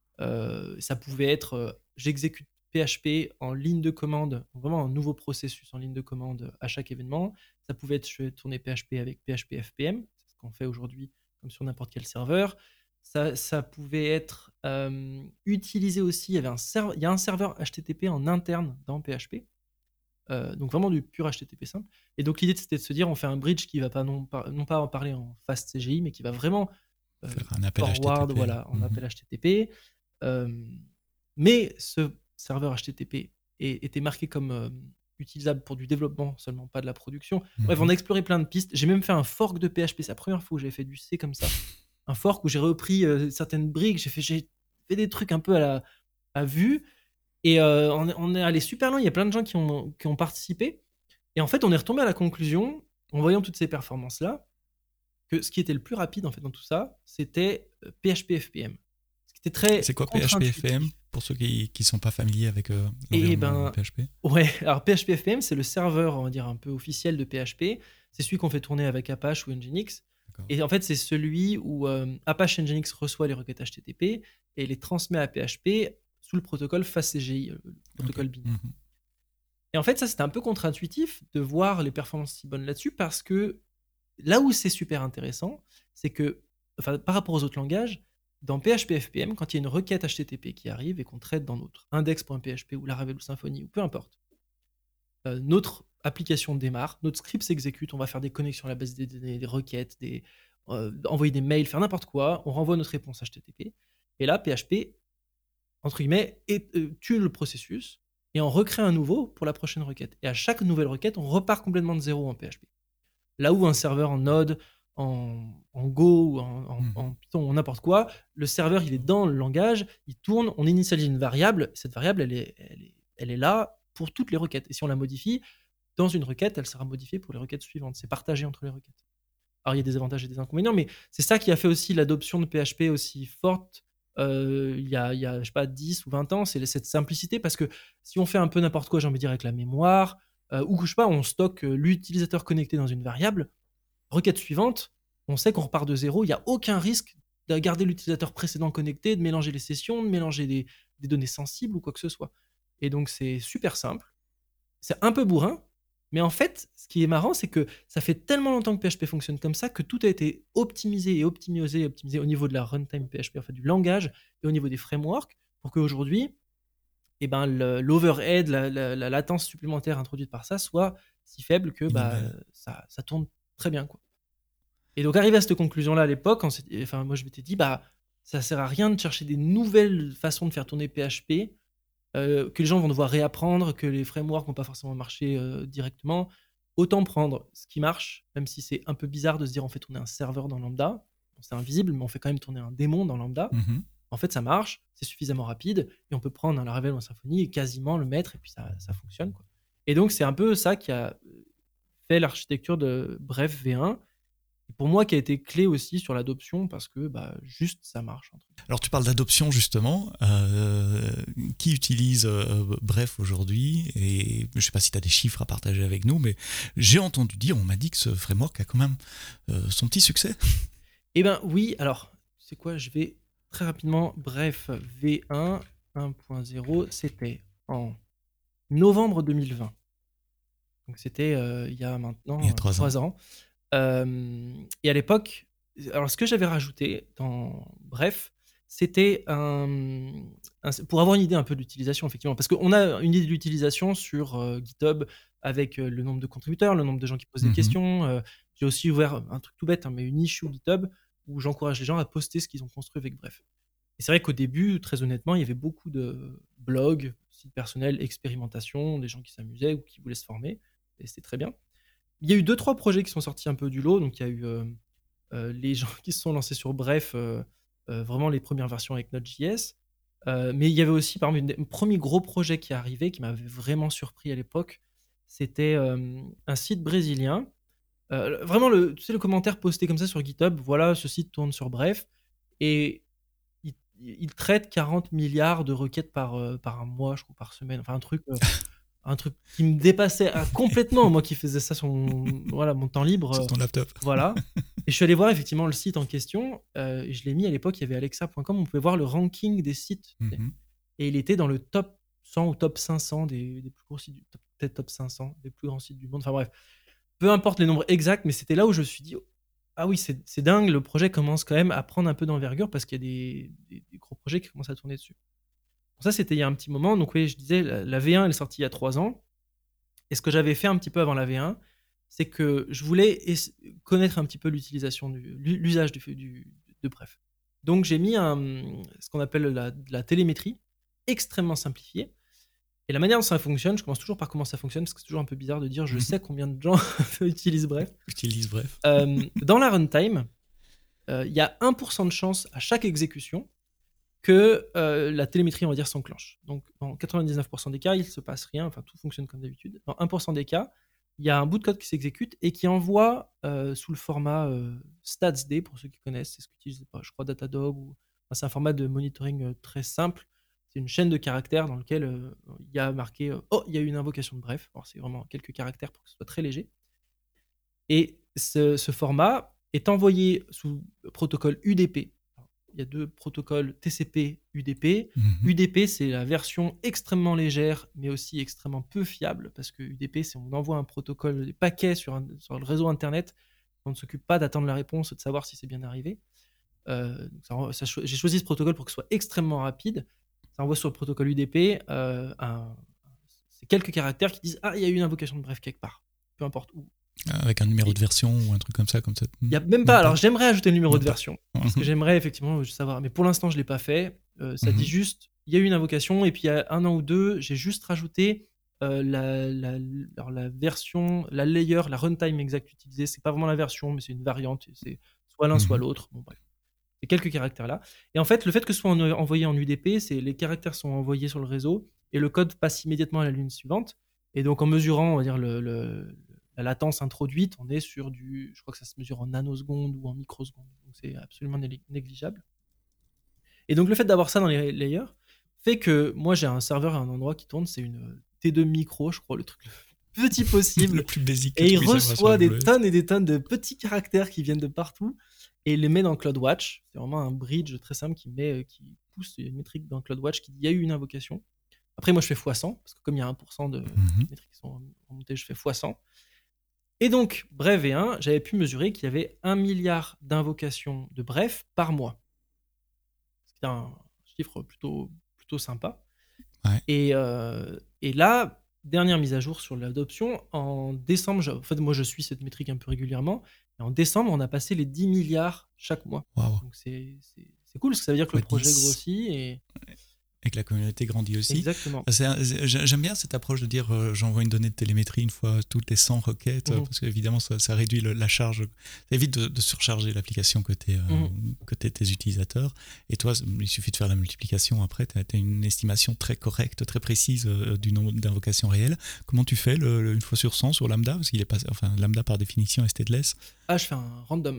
Euh, ça pouvait être euh, j'exécute P H P en ligne de commande, vraiment un nouveau processus en ligne de commande à chaque événement. Ça pouvait être je fais tourner P H P avec P H P F P M, c'est ce qu'on fait aujourd'hui comme sur n'importe quel serveur. Ça, ça pouvait être euh, utilisé aussi. Il y, avait un serve- il y a un serveur H T T P en interne dans P H P. Euh, donc vraiment du pur H T T P simple. Et donc l'idée c'était de se dire on fait un bridge qui va pas non, pas, non pas en parler en fast C G I, mais qui va vraiment euh,
Faire un appel
forward,
H T T P.
voilà, en
Mm-hmm.
appel H T T P. Euh, mais ce serveur H T T P est- était marqué comme euh, utilisable pour du développement seulement, pas de la production. Bref, on
Mm-hmm.
a exploré plein de pistes. J'ai même fait un fork de P H P. C'est la première fois où j'avais fait du C comme ça. Un fork où j'ai repris euh, certaines briques. J'ai fait, j'ai fait des trucs un peu à la à vue. Et euh, on, est- on est allé super loin. Il y a plein de gens qui ont, qui ont participé. Et en fait, on est retombé à la conclusion, en voyant toutes ces performances-là, que ce qui était le plus rapide en fait dans tout ça, c'était euh, P H P F P M. Ce qui était
C'est
très
quoi P H P F P M
contre-intuitif.
pour ceux qui ne sont pas familiers avec euh,
Et
l'environnement
ben,
P H P?
ouais, alors P H P F P M, c'est le serveur, on va dire, un peu officiel de P H P. C'est celui qu'on fait tourner avec Apache ou Nginx.
D'accord.
Et en fait, c'est celui où euh, Apache Nginx reçoit les requêtes H T T P et les transmet à P H P sous le protocole FastCGI, euh, le
Okay.
protocole binaire.
Mm-hmm.
Et en fait, ça, c'était un peu contre-intuitif de voir les performances si bonnes là-dessus parce que là où c'est super intéressant, c'est que, enfin, par rapport aux autres langages, dans P H P F P M, quand il y a une requête H T T P qui arrive et qu'on traite dans notre index.php ou Laravel ou Symfony ou peu importe, euh, notre application démarre, notre script s'exécute, on va faire des connexions à la base des données, des requêtes, des, euh, envoyer des mails, faire n'importe quoi, on renvoie notre réponse H T T P. Et là, P H P, entre guillemets, et, euh, tue le processus et en recrée un nouveau pour la prochaine requête. Et à chaque nouvelle requête, on repart complètement de zéro en P H P. Là où un serveur en Node, en, en Go, ou en, en,
Mm-hmm.
en Python ou n'importe quoi, le serveur il est dans le langage, il tourne, on initialise une variable, cette variable elle est, elle est, elle est là, pour toutes les requêtes. Et si on la modifie, dans une requête, elle sera modifiée pour les requêtes suivantes. C'est partagé entre les requêtes. Alors, il y a des avantages et des inconvénients, mais c'est ça qui a fait aussi l'adoption de P H P aussi forte euh, il y a, il y a, je sais pas, dix ou vingt ans. C'est cette simplicité, parce que si on fait un peu n'importe quoi, j'ai envie de dire, avec la mémoire, euh, ou que, je sais pas, on stocke euh, l'utilisateur connecté dans une variable, requête suivante, on sait qu'on repart de zéro, il n'y a aucun risque de garder l'utilisateur précédent connecté, de mélanger les sessions, de mélanger des, des données sensibles ou quoi que ce soit. Et donc, c'est super simple. C'est un peu bourrin, mais en fait, ce qui est marrant, c'est que ça fait tellement longtemps que P H P fonctionne comme ça que tout a été optimisé et optimisé et optimisé au niveau de la runtime P H P, en fait, du langage, et au niveau des frameworks, pour qu'aujourd'hui, eh ben, le- l'overhead, la, la- la latence supplémentaire introduite par ça soit si faible que bah,
Minimal.
ça, ça tourne très bien, quoi. Et donc, arrivé à cette conclusion-là à l'époque, on s'est- enfin, moi je m'étais dit, bah, ça sert à rien de chercher des nouvelles façons de faire tourner P H P, euh, que les gens vont devoir réapprendre, que les frameworks vont pas forcément marcher euh, directement. Autant prendre ce qui marche, même si c'est un peu bizarre de se dire on fait tourner un serveur dans Lambda. Bon, c'est invisible, mais on fait quand même tourner un démon dans Lambda.
Mhm.
En fait, ça marche, c'est suffisamment rapide, et on peut prendre un Laravel ou un Symfony et quasiment le mettre, et puis ça, ça fonctionne, quoi. Et donc, c'est un peu ça qui a fait l'architecture de Bref V un, et pour moi qui a été clé aussi sur l'adoption, parce que bah, juste ça marche, entre guillemets.
Alors tu parles d'adoption justement. Euh, qui utilise euh, Bref aujourd'hui? Et je ne sais pas si tu as des chiffres à partager avec nous, mais j'ai entendu dire, on m'a dit que ce framework a quand même euh, son petit succès.
Eh ben oui, alors, c'est quoi? Je vais très rapidement. Bref, V un un point zéro, c'était en novembre deux mille vingt. Donc c'était euh, il y a
Il y a
maintenant euh,
trois ans.
trois ans. Euh, et à l'époque, alors ce que j'avais rajouté dans Bref, c'était un, un- pour avoir une idée un peu de l'utilisation, effectivement, parce qu'on a une idée de l'utilisation sur euh, GitHub avec euh, le nombre de contributeurs, le nombre de gens qui posent des
Mhm.
questions. euh, J'ai aussi ouvert un truc tout bête, hein, mais une issue GitHub où j'encourage les gens à poster ce qu'ils ont construit avec Bref. Et c'est vrai qu'au début, très honnêtement, il y avait beaucoup de blogs, sites personnels, expérimentation, des gens qui s'amusaient ou qui voulaient se former, et c'était très bien. Il y a eu deux trois projets qui sont sortis un peu du lot. Donc, il y a eu euh, euh, les gens qui se sont lancés sur Bref, euh, euh, vraiment les premières versions avec Node.js. Euh, mais il y avait aussi, parmi un des premiers gros projets qui est arrivé, qui m'avait vraiment surpris à l'époque, c'était euh, un site brésilien. Euh, vraiment, le, tu sais, le commentaire posté comme ça sur GitHub, voilà, ce site tourne sur Bref. Et il, il traite quarante milliards de requêtes par, euh, par mois, je crois, par semaine. Enfin, un truc. euh, un truc qui me dépassait ah, complètement, moi qui faisais ça sur mon, voilà, mon temps libre.
Sur
euh,
ton laptop.
voilà. Et je suis allé voir effectivement le site en question. Euh, et je l'ai mis à l'époque, il y avait alexa point com, on pouvait voir le ranking des sites.
Mhm.
Et il était dans le top cent ou top cinq cents des, des plus gros sites, du, peut-être top cinq cents des plus grands sites du monde. Enfin bref, peu importe les nombres exacts, mais c'était là où je me suis dit, ah oui, c'est c'est dingue, le projet commence quand même à prendre un peu d'envergure, parce qu'il y a des, des- des gros projets qui commencent à tourner dessus. Donc ça, c'était il y a un petit moment. Donc oui, je disais, la, la V un, elle est sortie il y a trois ans. Et ce que j'avais fait un petit peu avant la V un, c'est que je voulais es- connaître un petit peu l'utilisation, du, l'u- l'usage du, du- de Bref. Donc j'ai mis un, ce qu'on appelle la, de la télémétrie, extrêmement simplifiée. Et la manière dont ça fonctionne, je commence toujours par comment ça fonctionne, parce que c'est toujours un peu bizarre de dire je
Mhm.
sais combien de gens utilisent Bref.
Utilise Bref.
Euh, dans la runtime, euh, il y a un pour cent de chance à chaque exécution que euh, la télémétrie, on va dire, s'enclenche. Donc, dans quatre-vingt-dix-neuf pour cent des cas, il ne se passe rien, enfin, tout fonctionne comme d'habitude. Dans un pour cent des cas, il y a un bout de code qui s'exécute et qui envoie euh, sous le format euh, statsd, pour ceux qui connaissent, c'est ce qu'utilise, je crois, Datadog. Ou... Enfin, c'est un format de monitoring euh, très simple. C'est une chaîne de caractères dans lequel euh, il y a marqué euh, oh, il y a eu une invocation de Bref. Alors, c'est vraiment quelques caractères pour que ce soit très léger. Et ce, ce format est envoyé sous protocole U D P. Il y a deux protocoles, T C P, U D P.
Mhm.
U D P, c'est la version extrêmement légère, mais aussi extrêmement peu fiable, parce que U D P, c'est on envoie un protocole, des paquets sur, un- sur le réseau Internet, on ne s'occupe pas d'attendre la réponse et de savoir si c'est bien arrivé. Euh, donc ça renvoie- ça cho- j'ai choisi ce protocole pour que ce soit extrêmement rapide. Ça envoie sur le protocole U D P euh, un- c'est quelques caractères qui disent « Ah, il y a eu une invocation de Bref quelque part », peu importe où.
Avec un numéro
Et
de version ou un truc comme ça, comme ça.
il y a même
Non,
pas. Alors, j'aimerais ajouter le numéro
Non,
de
pas.
version. Parce que j'aimerais effectivement savoir. Mais pour l'instant, je ne l'ai pas fait. Euh, ça
Mhm.
dit juste, il y a eu une invocation. Et puis, il y a un an ou deux, j'ai juste rajouté euh, la, la, alors, la version, la layer, la runtime exacte utilisée. C'est pas vraiment la version, mais c'est une variante. C'est soit l'un, soit
Mhm.
l'autre. Bon, bref. C'est quelques caractères là. Et en fait, le fait que ce soit en- envoyé en U D P, c'est les caractères sont envoyés sur le réseau. et le code passe immédiatement à la ligne suivante. Et donc, en mesurant, on va dire, le, le- la latence introduite, on est sur du, je crois que ça se mesure en nanosecondes ou en microsecondes. Donc, c'est absolument né- négligeable. Et donc, le fait d'avoir ça dans les layers fait que moi, j'ai un serveur à un endroit qui tourne, c'est une T deux micro, je crois, le truc le plus petit
Le
possible.
plus basique que
Et
tu
il
puisses avoir sur
reçoit des
A W S.
tonnes et des tonnes de petits caractères qui viennent de partout et il les met dans CloudWatch. C'est vraiment un bridge très simple qui, met, euh, qui pousse une métrique dans CloudWatch qui dit il y a eu une invocation. Après, moi, je fais fois cent, parce que comme il y a un pour cent de
Mhm.
métriques qui sont remontées, je fais fois cent. Et donc, Bref V un, j'avais pu mesurer qu'il y avait un milliard d'invocations de Bref par mois. C'est un chiffre plutôt, plutôt sympa.
Ouais.
Et, euh, et là, dernière mise à jour sur l'adoption, en décembre, je- en fait, moi je suis cette métrique un peu régulièrement, et en décembre, on a passé les dix milliards chaque mois.
Waouh.
Donc c'est c'est- c'est cool, parce que ça veut dire que
Fois
le projet
dix.
grossit. Et...
Et que la communauté grandit aussi.
Exactement.
C'est un- c'est- j'ai- J'aime bien cette approche de dire euh, j'envoie une donnée de télémétrie une fois toutes les cent requêtes, euh,
Mhm.
parce qu'évidemment ça, ça réduit le- la charge, ça évite de, de surcharger l'application côté, euh,
Mhm.
côté tes utilisateurs. Et toi, il suffit de faire la multiplication après, tu as une estimation très correcte, très précise euh, du nombre d'invocations réelles. Comment tu fais le, le- une fois sur cent sur Lambda? Parce qu'il est pas, enfin, Lambda par définition est stateless.
Ah, je fais un random.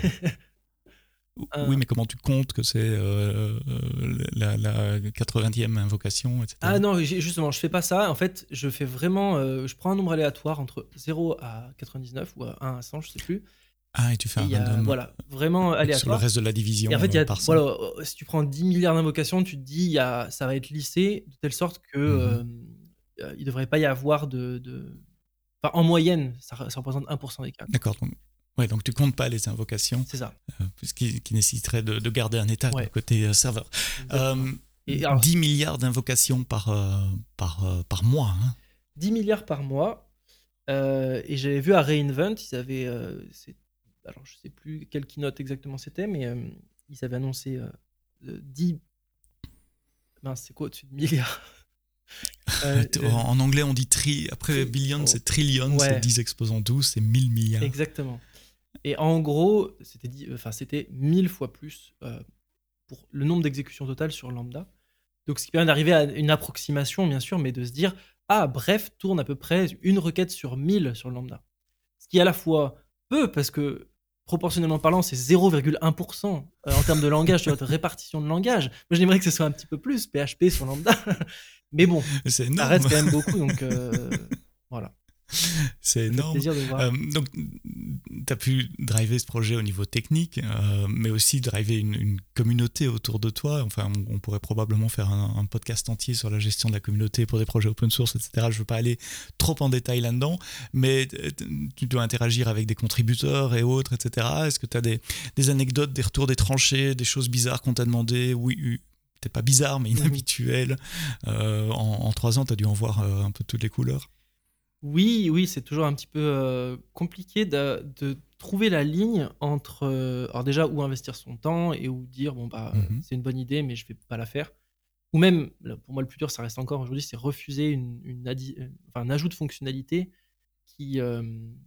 Oui,
Un-
mais comment tu comptes que c'est euh, euh, la, la quatre-vingtième invocation, et cetera.
Ah non, j'ai- justement, je fais pas ça. En fait, je fais vraiment. euh, je prends un nombre aléatoire entre zéro à quatre-vingt-dix-neuf ou à un à cent, je sais plus.
Ah, et tu fais
Et
un
il y a,
random
voilà, vraiment
sur le
aléatoire.
reste de la division
Et en fait, il y
euh,
a,
par cent.
voilà, euh, si tu prends dix milliards d'invocations, tu te dis, il y a, ça va être lissé de telle sorte que
Mhm.
euh, euh, il devrait pas y avoir de. de... Enfin, en moyenne, ça, ça représente un pour cent des cas.
D'accord. Donc, ouais, donc tu comptes pas les invocations,
C'est ça.
euh, ce qui, qui nécessiterait de, de garder un état
Ouais.
de côté euh, serveur.
Exactement.
Euh,
Et alors,
dix milliards d'invocations par, euh, par, euh, par mois. Hein.
dix milliards par mois. euh, et j'avais vu à reInvent, ils avaient. euh, c'est- alors, je sais plus quelle keynote exactement c'était, mais euh, ils avaient annoncé euh, euh, dix. Mince, c'est quoi au-dessus de milliards? Euh,
En,
euh,
en anglais, on dit tri. Après,
tri-
billion,
oh,
c'est trillion, c'est
ouais.
dix exposant douze, c'est mille milliards.
Exactement. Et en gros, c'était dit- enfin, c'était mille fois plus euh, pour le nombre d'exécutions totales sur Lambda. Donc, ce qui permet d'arriver à une approximation, bien sûr, mais de se dire, ah, bref, tourne à peu près une requête sur mille sur Lambda. Ce qui est à la fois peu, parce que proportionnellement parlant, c'est zéro virgule un pour cent euh, en termes de langage, sur votre répartition de langage. Moi, j'aimerais que ce soit un petit peu plus, P H P sur Lambda. Mais bon,
C'est
ça
énorme.
reste quand même beaucoup, donc euh, voilà.
C'est
Ça fait
énorme.
plaisir de voir.
Euh, donc, tu as pu driver ce projet au niveau technique, euh, mais aussi driver une, une communauté autour de toi. Enfin, on, on pourrait probablement faire un, un podcast entier sur la gestion de la communauté pour des projets open source, et cetera. Je ne veux pas aller trop en détail là-dedans, mais tu dois interagir avec des contributeurs et autres, et cetera. Est-ce que tu as des, des anecdotes, des retours des tranchées, des choses bizarres qu'on t'a demandé? Oui, peut-être pas bizarre, mais inhabituelles. Euh, en, en trois ans, tu as dû en voir euh, un peu toutes les couleurs.
Oui, oui, c'est toujours un petit peu euh, compliqué de, de trouver la ligne entre, euh, alors déjà, où investir son temps et où dire, bon, bah,
Mm-hmm.
c'est une bonne idée, mais je vais pas la faire. Ou même, là, pour moi, le plus dur, ça reste encore aujourd'hui, c'est refuser une, une addi- euh, enfin, un ajout de fonctionnalité qui. euh,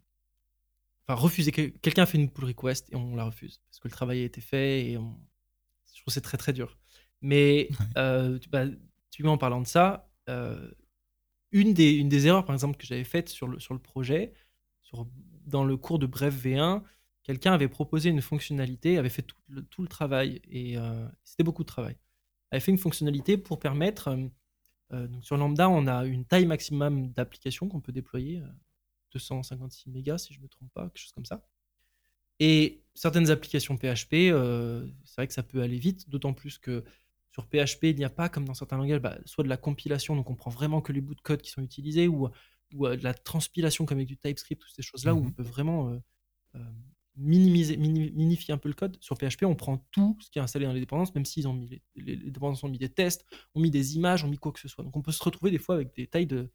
Enfin, refuser. que- Quelqu'un a fait une pull request et on la refuse parce que le travail a été fait et on... je trouve que c'est très très dur. Mais
Ouais.
euh, tu- bah, tu vois, en parlant de ça, euh, une, des, une des erreurs, par exemple, que j'avais faites sur le, sur le projet, sur, dans le cours de Bref V un, quelqu'un avait proposé une fonctionnalité, avait fait tout le, tout le travail et euh, c'était beaucoup de travail. Avait fait une fonctionnalité pour permettre. euh, euh, donc sur Lambda, on a une taille maximum d'application qu'on peut déployer, euh, deux cent cinquante-six mégas si je ne me trompe pas, quelque chose comme ça. Et certaines applications P H P, euh, c'est vrai que ça peut aller vite, d'autant plus que sur P H P, il n'y a pas, comme dans certains langages, bah, soit de la compilation, donc on prend vraiment que les bouts de code qui sont utilisés, ou, ou euh, de la transpilation comme avec du TypeScript, toutes ces choses-là, où on
Mm-hmm.
peut vraiment euh, euh, minimiser, mini- minifier un peu le code. Sur P H P, on prend tout ce qui est installé dans les dépendances, même s'ils ont mis les, les, les dépendances ont mis des tests, ont mis des images, ont mis quoi que ce soit. Donc on peut se retrouver des fois avec des tailles de,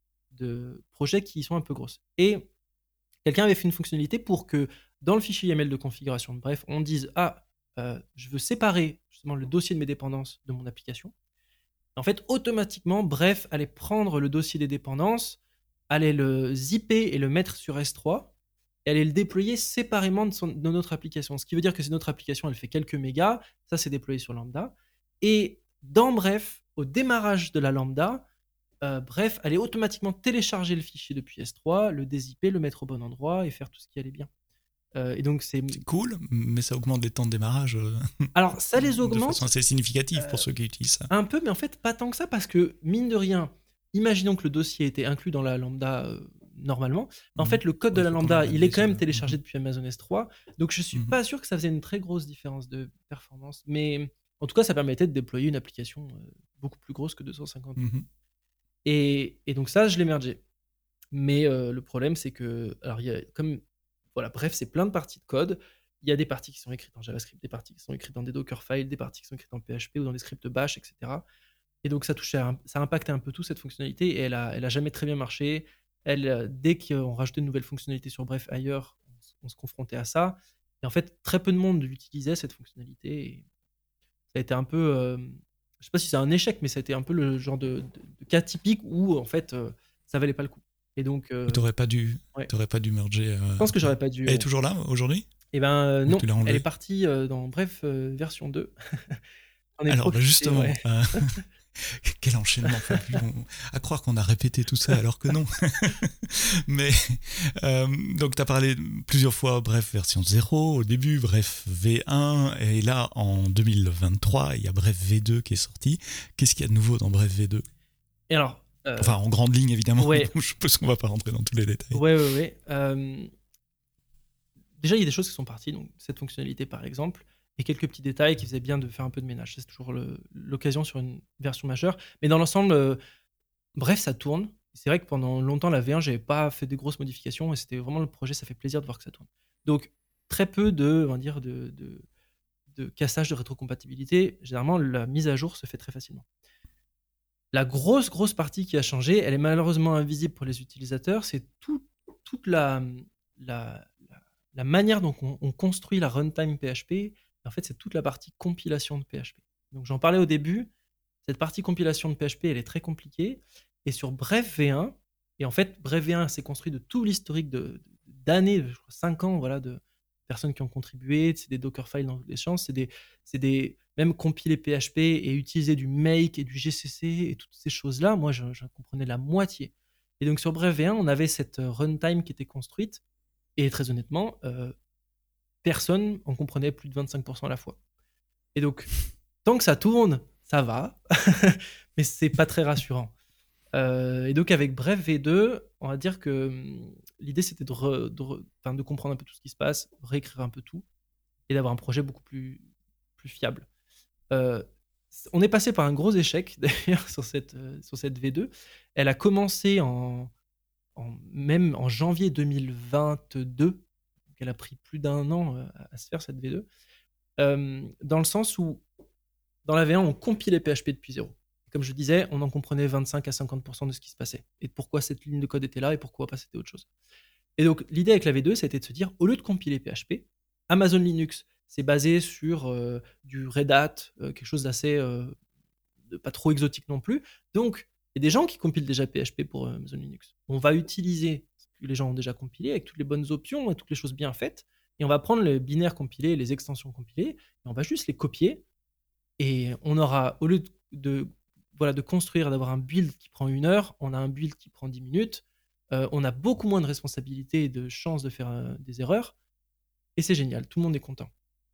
de projets qui sont un peu grosses. Et quelqu'un avait fait une fonctionnalité pour que dans le fichier Y A M L de configuration, bref, on dise ah, euh, je veux séparer justement le dossier de mes dépendances de mon application. En fait, automatiquement, bref, allait prendre le dossier des dépendances, allait le zipper et le mettre sur S trois, et allait le déployer séparément de, son, de notre application. Ce qui veut dire que si notre application, elle fait quelques mégas, ça c'est déployé sur Lambda. Et dans Bref, au démarrage de la Lambda, euh, bref, allait automatiquement télécharger le fichier depuis S trois, le dézipper, le mettre au bon endroit et faire tout ce qui allait bien. Euh, et donc c'est
C'est cool, mais ça augmente les temps de démarrage euh,
alors ça les
de façon
augmente
assez significative pour
euh,
ceux qui utilisent ça.
un peu, mais en fait pas tant que ça parce que mine de rien, imaginons que le dossier était inclus dans la lambda euh, normalement. En
Mhm.
fait, le code de
Ouais, il
la
faut quand même
lambda, il
valider
est quand
ça.
même téléchargé
Mhm.
depuis Amazon S trois, donc je suis
Mhm.
pas sûr que ça faisait une très grosse différence de performance, mais en tout cas, ça permettait de déployer une application euh, beaucoup plus grosse que deux cent cinquante.
Mhm.
Et, et donc ça, je l'ai mergé. Mais euh, le problème, c'est que, alors il y a comme, voilà, bref, c'est plein de parties de code. Il y a des parties qui sont écrites en JavaScript, des parties qui sont écrites dans des Dockerfiles, des parties qui sont écrites en P H P ou dans des scripts Bash, et cetera. Et donc ça touchait, à- ça impactait un peu tout cette fonctionnalité et elle a, elle a jamais très bien marché. Elle, euh, dès qu'on rajoutait de nouvelles fonctionnalités sur Bref ailleurs, on, s- on se confrontait à ça. Et en fait, très peu de monde utilisait cette fonctionnalité. Et ça a été un peu, euh, je sais pas si c'est un échec, mais ça a été un peu le genre de, de- de cas typique où en fait, euh, ça valait pas le coup. Et donc,
Et
euh,
t'aurais pas dû,
ouais,
t'aurais pas dû merger.
je
euh,
pense que
ouais.
j'aurais pas dû.
Elle est
Ouais.
toujours là aujourd'hui
Et ben euh,
ou
non,
tu l'as
elle est
enlevée?
partie euh, dans Bref euh, version deux. On est
Alors bah,
profité,
justement,
ouais.
euh, quel enchaînement fabuleux. On- À croire qu'on a répété tout ça alors que non. Mais euh, donc tu as parlé plusieurs fois Bref version zéro au début, Bref V un, et là en deux mille vingt-trois, il y a Bref V deux qui est sorti. Qu'est-ce qu'il y a de nouveau dans Bref V deux?
Et alors, euh,
Enfin en grande ligne évidemment,
ouais,
je suppose qu'on va pas rentrer dans tous les détails.
ouais, ouais, ouais. Euh, déjà, il y a des choses qui sont parties, donc cette fonctionnalité par exemple, et quelques petits détails qui faisaient bien de faire un peu de ménage. C'est toujours le- l'occasion sur une version majeure. Mais dans l'ensemble, euh, bref, ça tourne. C'est vrai que pendant longtemps, la V un, j'avais pas fait de grosses modifications et c'était vraiment le projet, ça fait plaisir de voir que ça tourne. Donc, très peu de, on va dire, de, de, de cassage de rétrocompatibilité. Généralement, la mise à jour se fait très facilement. La grosse, grosse partie qui a changé, elle est malheureusement invisible pour les utilisateurs, c'est tout- toute la, la, la- la manière dont on, on construit la runtime P H P. En fait, c'est toute la partie compilation de P H P. Donc, j'en parlais au début. Cette partie compilation de P H P, elle est très compliquée. Et sur Bref V un, et en fait, Bref V un, c'est construit de tout l'historique de, de- d'années, je crois cinq ans, voilà, de personnes qui ont contribué. C'est des Dockerfiles dans tous les champs. C'est des, c'est des, même compiler P H P et utiliser du Make et du G C C et toutes ces choses-là, moi, je, je comprenais la moitié. Et donc, sur Bref V un, on avait cette euh, runtime qui était construite. Et très honnêtement, euh, personne en comprenait plus de vingt-cinq pour cent à la fois. Et donc, tant que ça tourne, ça va, mais c'est pas très rassurant. Euh, et donc avec Bref V deux, on va dire que hum, l'idée c'était de, re- de, re- enfin, de comprendre un peu tout ce qui se passe, réécrire un peu tout, et d'avoir un projet beaucoup plus, plus fiable. Euh, c- on est passé par un gros échec d'ailleurs sur cette, euh, sur cette V deux. Elle a commencé en, en- même en janvier deux mille vingt-deux, donc elle a pris plus d'un an euh, à, à se faire cette V deux, euh, dans le sens où dans la V un, on compilait P H P depuis zéro. Comme je disais, on en comprenait vingt-cinq à cinquante pour cent de ce qui se passait et de pourquoi cette ligne de code était là et pourquoi pas c'était autre chose. Et donc, l'idée avec la V deux, c'était de se dire, au lieu de compiler P H P, Amazon Linux, c'est basé sur euh, du Red Hat, euh, quelque chose d'assez euh, de pas trop exotique non plus. Donc, il y a des gens qui compilent déjà P H P pour euh, Amazon Linux. On va utiliser ce que les gens ont déjà compilé avec toutes les bonnes options et toutes les choses bien faites. Et on va prendre les binaires compilés, les extensions compilées, et on va juste les copier et on aura, au lieu de, de, voilà, de construire, d'avoir un build qui prend une heure, on a un build qui prend dix minutes. Euh, on a beaucoup moins de responsabilités et de chances de faire euh, des erreurs. Et c'est génial, tout le monde est content.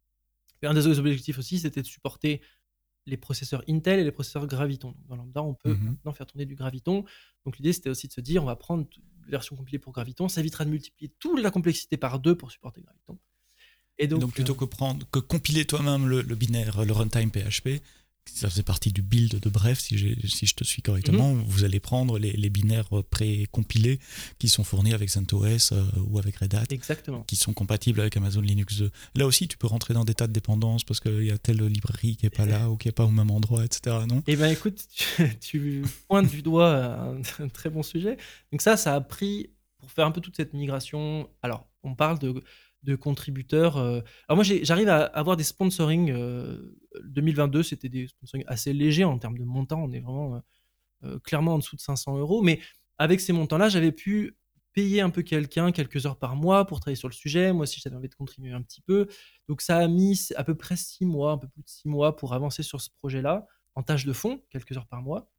Et un des objectifs aussi, c'était de supporter les processeurs Intel et les processeurs Graviton. Donc, dans Lambda, on peut
Mhm.
maintenant faire tourner du Graviton. Donc l'idée, c'était aussi de se dire, on va prendre une version compilée pour Graviton. Ça évitera de multiplier toute la complexité par deux pour supporter Graviton. Et
Et
donc,
donc
euh,
plutôt que prendre, que compiler toi-même le, le binaire, le runtime P H P, ça faisait partie du build de Bref, si, j'ai- si je te suis correctement,
mhm,
vous allez prendre les, les binaires pré-compilés qui sont fournis avec CentOS euh, ou avec Red Hat,
exactement.
qui sont compatibles avec Amazon Linux deux. Là aussi, tu peux rentrer dans des tas de dépendances parce qu'il y a telle librairie qui n'est pas là ou qui n'est pas au même endroit, et cetera. Non?
Eh ben écoute, tu, tu pointes du doigt un, un très bon sujet. Donc ça, ça a pris, pour faire un peu toute cette migration, alors on parle de, de contributeurs. euh, alors moi, j'ai- j'arrive à avoir des sponsoring. euh, deux mille vingt-deux, c'était des sponsoring assez légers en termes de montant. On est vraiment euh, euh, clairement en dessous de cinq cents euros. Mais avec ces montants-là, j'avais pu payer un peu quelqu'un quelques heures par mois pour travailler sur le sujet. Moi aussi, j'avais envie de contribuer un petit peu. Donc ça a mis à peu près six mois, un peu plus de six mois pour avancer sur ce projet-là en tâche de fond, quelques heures par mois.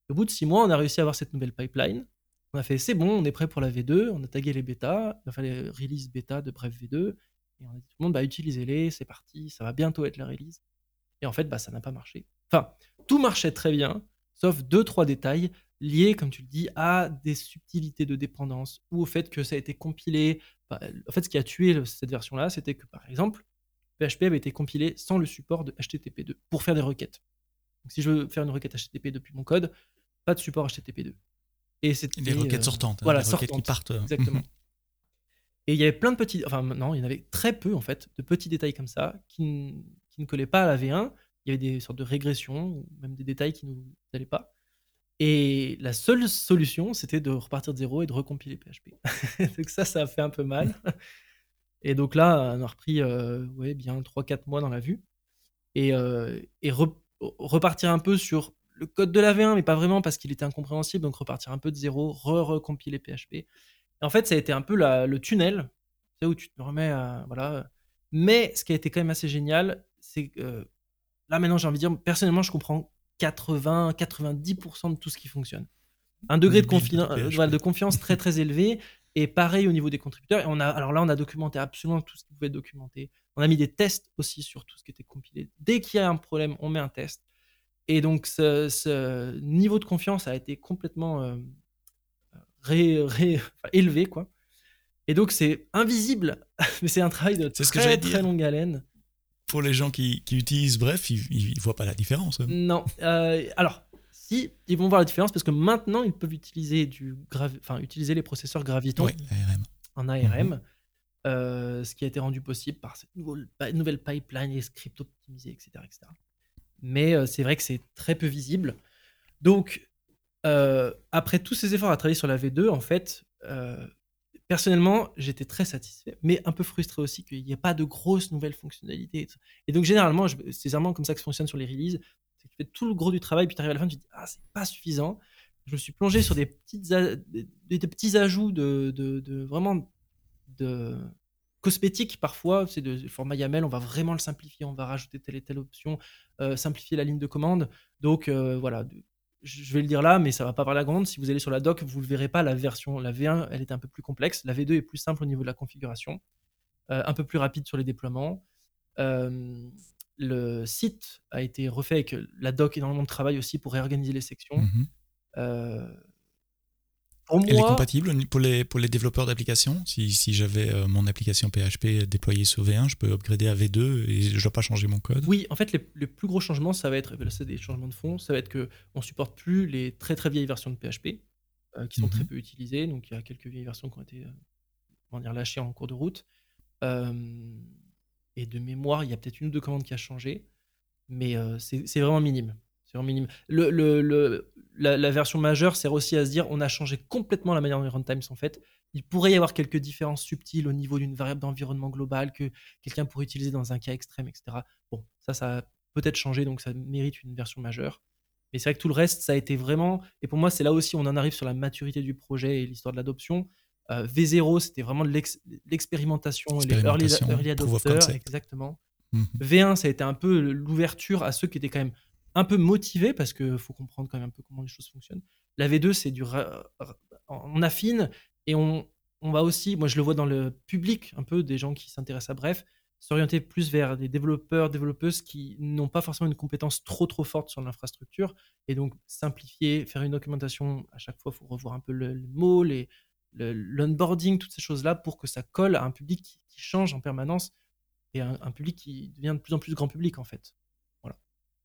Au bout de six mois, on a réussi à avoir cette nouvelle pipeline. On a fait, c'est bon, on est prêt pour la V deux. On a tagué les bêtas. Il fallait release bêta de Bref V deux. Et on a dit tout le monde, bah, utilisez-les, c'est parti, ça va bientôt être la release. Et en fait, bah, ça n'a pas marché. Enfin, tout marchait très bien, sauf deux, trois détails liés, comme tu le dis, à des subtilités de dépendance ou au fait que ça a été compilé. Bah, en fait, ce qui a tué cette version-là, c'était que, par exemple, P H P avait été compilé sans le support de H T T P deux pour faire des requêtes. Donc, si je veux faire une requête H T T P depuis mon code, pas de support H T T P deux. Et c'était,
Les requêtes
euh,
sortantes, hein,
voilà,
les requêtes
sortantes,
qui partent. euh.
exactement. Et il y avait plein de petits, enfin non, il y en avait très peu en fait, de petits détails comme ça qui, n- qui ne collaient pas à la V un. Il y avait des sortes de régressions ou même des détails qui ne nous allaient pas. Et la seule solution, c'était de repartir de zéro et de recompiler P H P. Donc ça, ça a fait un peu mal. Et donc là, on a repris euh, ouais, bien trois quatre mois dans la vue. Et, euh, et re- repartir un peu sur le code de la V un, mais pas vraiment parce qu'il était incompréhensible. Donc repartir un peu de zéro, re-recompiler P H P. Et en fait, ça a été un peu la- le tunnel, tu sais, où tu te remets à. Voilà. Mais ce qui a été quand même assez génial, c'est que euh, là maintenant, j'ai envie de dire, personnellement, je comprends quatre-vingts à quatre-vingt-dix pour cent de tout ce qui fonctionne. Un degré
Du
de,
build
confi-
P H P.
voilà, de confiance très très élevé. Et pareil au niveau des contributeurs. Et on a, alors là, on a documenté absolument tout ce qui pouvait être documenté. On a mis des tests aussi sur tout ce qui était compilé. Dès qu'il y a un problème, on met un test. Et donc, ce, ce niveau de confiance a été complètement euh, ré- ré- enfin, élevé, quoi. Et donc, c'est invisible, mais c'est un travail de
C'est ce que j'allais
très très
dire.
longue haleine.
Pour les gens qui, qui utilisent Bref, ils ne voient pas la différence. hein.
Non. euh, alors, si, ils vont voir la différence parce que maintenant, ils peuvent utiliser, du gravi- enfin, utiliser les processeurs Graviton
Oui, A R M.
en A R M, euh, ce qui a été rendu possible par cette nouvelle, nouvelle pipeline, les scripts optimisés, et cetera et cetera. Mais euh, c'est vrai que c'est très peu visible. Donc, euh, après tous ces efforts à travailler sur la V deux, en fait, euh, personnellement, j'étais très satisfait, mais un peu frustré aussi qu'il n'y ait pas de grosses nouvelles fonctionnalités. Et, tout. Et donc, généralement, je- c'est vraiment comme ça que ça fonctionne sur les releases. C'est que tu fais tout le gros du travail, puis tu arrives à la fin, tu te dis, ah, c'est pas suffisant. Je me suis plongé sur des, petites a- des, des petits ajouts de, de, de vraiment de cosmétiques parfois. C'est de le format YAML, on va vraiment le simplifier, on va rajouter telle et telle option, euh, simplifier la ligne de commande. Donc, euh, voilà. de- je vais le dire là, mais ça va pas parler à grande. Si vous allez sur la doc, vous ne le verrez pas. La version, la V un, elle est un peu plus complexe. La V deux est plus simple au niveau de la configuration, euh, un peu plus rapide sur les déploiements. Euh, le site a été refait avec la doc, énormément de travail aussi pour réorganiser les sections.
Mhm.
Euh, pour
Elle est
moi,
compatible pour les, pour les développeurs d'applications. Si, si j'avais euh, mon application P H P déployée sur V un, je peux upgrader à V deux et je ne dois pas changer mon code.
oui, en fait, les, les plus gros changements, ça va être, là, c'est des changements de fond, ça va être que on supporte plus les très très vieilles versions de P H P, euh, qui sont très
Mhm.
peu utilisées. Donc, il y a quelques vieilles versions qui ont été, euh, comment dire, lâchées en cours de route. Euh, et de mémoire, il y a peut-être une ou deux commandes qui a changé, mais euh, c'est c'est vraiment minime. C'est vraiment minime. Le, le- le- la, la version majeure sert aussi à se dire, on a changé complètement la manière dont les runtimes sont faites. Il pourrait y avoir quelques différences subtiles au niveau d'une variable d'environnement globale que quelqu'un pourrait utiliser dans un cas extrême, et cetera. Bon, ça, ça a peut-être changé, donc ça mérite une version majeure. Mais c'est vrai que tout le reste, ça a été vraiment. Et pour moi, c'est là aussi où on en arrive sur la maturité du projet et l'histoire de l'adoption. Euh, V zéro, c'était vraiment de l'ex- l'expérimentation et les early,
Expérimentation,
early
proof of
adopters,
concept.
exactement.
Mhm.
V un, ça a été un peu l'ouverture à ceux qui étaient quand même un peu motivés parce qu'il faut comprendre quand même un peu comment les choses fonctionnent. La V deux, c'est du. ra- ra- On affine et on, on va aussi, moi je le vois dans le public, un peu des gens qui s'intéressent à Bref, s'orienter plus vers des développeurs, développeuses qui n'ont pas forcément une compétence trop trop forte sur l'infrastructure et donc simplifier, faire une documentation. À chaque fois, il faut revoir un peu le, le mot, les, le- l'onboarding, toutes ces choses-là pour que ça colle à un public qui, qui change en permanence et un, un public qui devient de plus en plus grand public en fait. Voilà.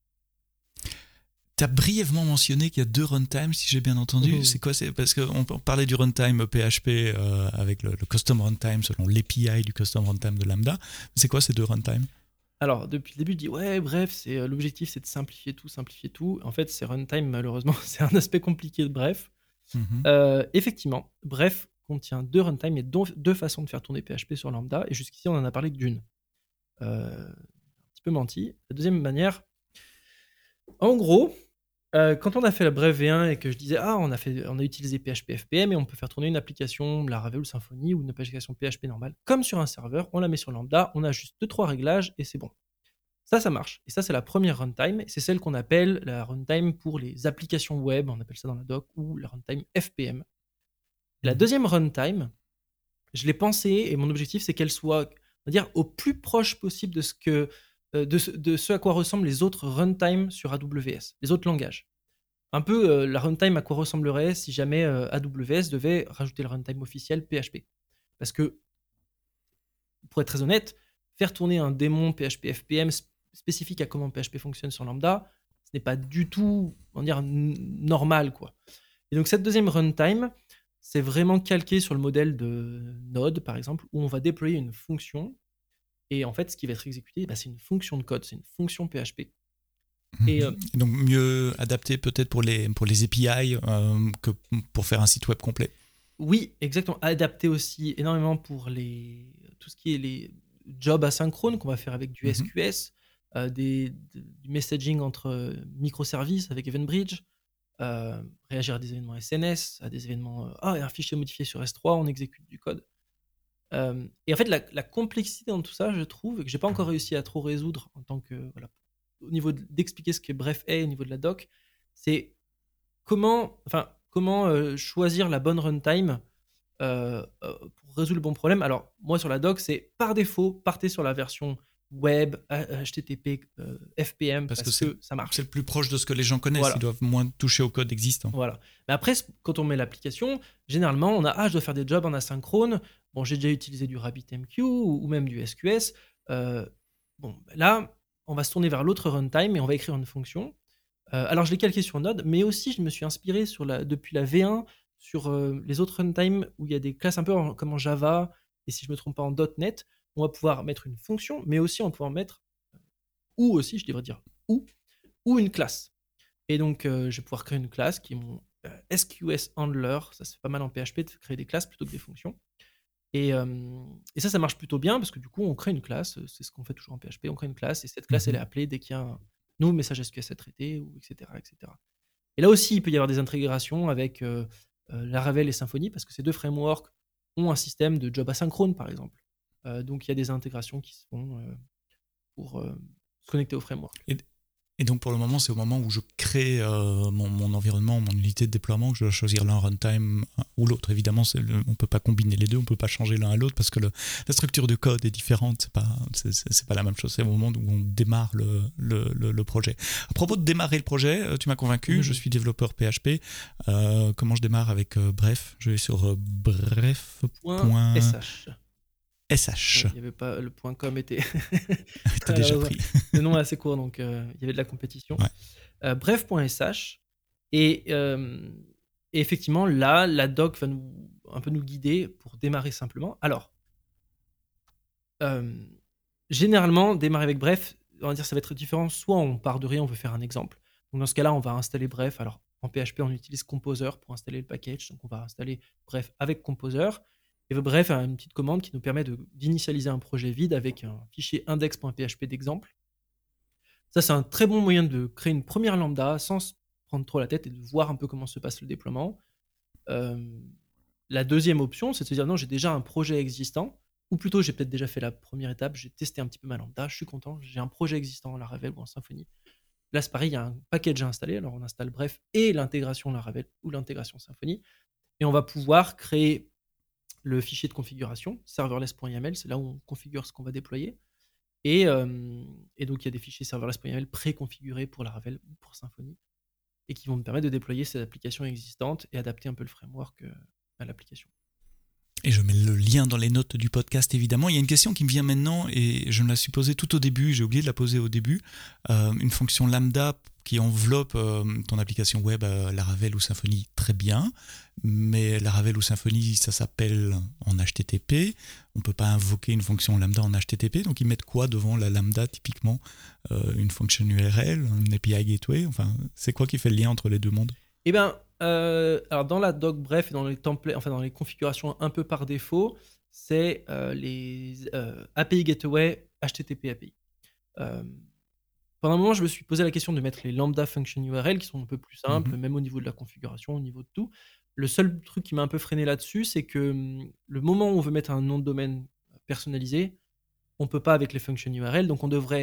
Tu as brièvement mentionné qu'il y a deux runtimes, si j'ai bien entendu.
Mhm.
C'est quoi c'est Parce qu'on parlait du runtime P H P euh, avec le, le custom runtime selon l'A P I du custom runtime de Lambda. C'est quoi ces deux runtimes?
Alors depuis le début, je dis ouais, bref, c'est euh, l'objectif, c'est de simplifier tout, simplifier tout. En fait, c'est runtime, malheureusement, c'est un aspect compliqué de Bref.
Mhm.
Euh, effectivement, Bref contient deux runtimes et donc deux façons de faire tourner P H P sur Lambda. Et jusqu'ici, on en a parlé que d'une. Euh, un petit peu menti. La deuxième manière, en gros, euh, quand on a fait la Bref V un et que je disais ah on a fait, on a utilisé P H P F P M et on peut faire tourner une application Laravel ou Symfony ou une application P H P normale comme sur un serveur, on la met sur Lambda, on a juste deux trois réglages et c'est bon. Ça, ça marche. Et ça, c'est la première runtime. Et c'est celle qu'on appelle la runtime pour les applications web, on appelle ça dans la doc, ou la runtime F P M. Et la
Mhm.
deuxième runtime, je l'ai pensée, et mon objectif, c'est qu'elle soit, on va dire, au plus proche possible de ce, que, euh, de ce, de ce à quoi ressemblent les autres runtimes sur A W S, les autres langages. Un peu euh, la runtime à quoi ressemblerait si jamais euh, A W S devait rajouter le runtime officiel P H P. Parce que, pour être très honnête, faire tourner un démon P H P F P M sp- spécifique à comment P H P fonctionne sur Lambda, ce n'est pas du tout, on va dire, n- normal, quoi. Et donc cette deuxième runtime, c'est vraiment calqué sur le modèle de Node, par exemple, où on va déployer une fonction. Et en fait, ce qui va être exécuté, bah, c'est une fonction de code, c'est une fonction P H P. Et euh,
Mhm. Et donc mieux adapté peut-être pour les, pour les A P I euh, que pour faire un site web complet.
oui, exactement, adapté aussi énormément pour les, tout ce qui est les jobs asynchrones qu'on va faire avec du
Mhm.
S Q S, euh, des, de- du messaging entre euh, microservices avec EventBridge, euh, réagir à des événements S N S, à des événements, euh, ah, un fichier modifié sur S trois, on exécute du code. Euh, et en fait, la, la complexité dans tout ça, je trouve, et que j'ai pas encore réussi à trop résoudre en tant que, voilà, au niveau de- d'expliquer ce que Bref est au niveau de la doc, c'est comment, enfin, comment euh, choisir la bonne runtime euh, euh, pour résoudre le bon problème. Alors, moi, sur la doc, c'est par défaut, partez sur la version web, H T T P, euh, F P M,
Parce que
parce
c'est le,
que ça
c'est le
marche.
plus proche de ce que les gens connaissent. Ils
Voilà.
doivent moins toucher au code existant.
Voilà. Mais après, quand on met l'application, généralement, on a, ah, je dois faire des jobs en asynchrone. Bon, j'ai déjà utilisé du RabbitMQ ou, ou même du S Q S. Euh, bon, là, on va se tourner vers l'autre runtime et on va écrire une fonction. Euh, alors, je l'ai calqué sur Node, mais aussi, je me suis inspiré sur la, depuis la V un sur euh, les autres runtimes où il y a des classes un peu en- comme en Java, et si je ne me trompe pas en .NET, on va pouvoir mettre une fonction, mais aussi on va pouvoir mettre, ou aussi, je devrais dire, ou, ou une classe. Et donc, euh, je vais pouvoir créer une classe qui est mon euh, S Q S handler. Ça se fait pas mal en P H P de créer des classes plutôt que des fonctions. Et, euh, et ça, ça marche plutôt bien parce que du coup, on crée une classe. C'est ce qu'on fait toujours en P H P. On crée une classe et cette classe, elle est
Mhm.
appelée dès qu'il y a un nouveau message S Q S à traiter, ou et cetera, et cetera. Et là aussi, il peut y avoir des intégrations avec euh, euh, Laravel et Symfony parce que ces deux frameworks ont un système de job asynchrone, par exemple. Euh, donc, il y a des intégrations qui se font euh, pour euh, se connecter au framework.
Et, et donc pour le moment, c'est au moment où je crée euh, mon, mon environnement, mon unité de déploiement, que je dois choisir l'un runtime ou l'autre. Évidemment, c'est le- on ne peut pas combiner les deux, on ne peut pas changer l'un à l'autre parce que le- la structure de code est différente. C'est pas, c'est, c'est- c'est pas la même chose. C'est au moment où on démarre le, le, le- le projet. À propos de démarrer le projet, euh, tu m'as convaincu. Je suis développeur P H P. Euh, comment je démarre avec euh, Bref? Je vais sur euh, bref
Point
point
.sh.
S
Ouais,
H.
il y avait pas le point .com était
T'es déjà
malheureusement
pris.
le nom est assez court, donc euh, il y avait de la compétition.
Ouais.
Euh, bref.sh et, euh, et effectivement là la doc va nous un peu nous guider pour démarrer simplement. Alors euh, généralement démarrer avec Bref, on va dire ça va être différent. Soit on part de rien, on veut faire un exemple. Donc dans ce cas-là, on va installer Bref. Alors en P H P, on utilise Composer pour installer le package. Donc on va installer Bref avec Composer. Et Bref a une petite commande qui nous permet de- d'initialiser un projet vide avec un fichier index.php d'exemple. Ça, c'est un très bon moyen de créer une première lambda sans se prendre trop la tête et de voir un peu comment se passe le déploiement. Euh, la deuxième option, c'est de se dire non, j'ai déjà un projet existant, ou plutôt j'ai peut-être déjà fait la première étape, j'ai testé un petit peu ma lambda, je suis content, j'ai un projet existant en Laravel ou en Symfony. Là, c'est pareil, il y a un package à installer, alors on installe Bref et l'intégration Laravel ou l'intégration Symfony, et on va pouvoir créer le fichier de configuration, serverless.yaml, c'est là où on configure ce qu'on va déployer. Et, euh, et donc, il y a des fichiers serverless.yaml préconfigurés pour Laravel ou pour Symfony et qui vont me permettre de déployer ces applications existantes et adapter un peu le framework euh, à l'application.
Et je mets le lien dans les notes du podcast, évidemment. Il y a une question qui me vient maintenant, et je me la suis posée tout au début, j'ai oublié de la poser au début. Euh, une fonction lambda qui enveloppe euh, ton application web, euh, Laravel ou Symfony, très bien. Mais Laravel ou Symfony, ça s'appelle en H T T P. On ne peut pas invoquer une fonction lambda en H T T P. Donc ils mettent quoi devant la lambda, typiquement? euh, Une fonction U R L, une A P I gateway? Enfin, c'est quoi qui fait le lien entre les deux mondes?
Eh bien, euh, alors dans la doc, bref, et dans les templates, enfin dans les configurations un peu par défaut, c'est euh, les euh, A P I Gateway H T T P A P I. Euh, pendant un moment, je me suis posé la question de mettre les lambda function U R L qui sont un peu plus simples,
Mhm.
même au niveau de la configuration, au niveau de tout. Le seul truc qui m'a un peu freiné là-dessus, c'est que hum, le moment où on veut mettre un nom de domaine personnalisé, on peut pas avec les functions U R L, donc on devrait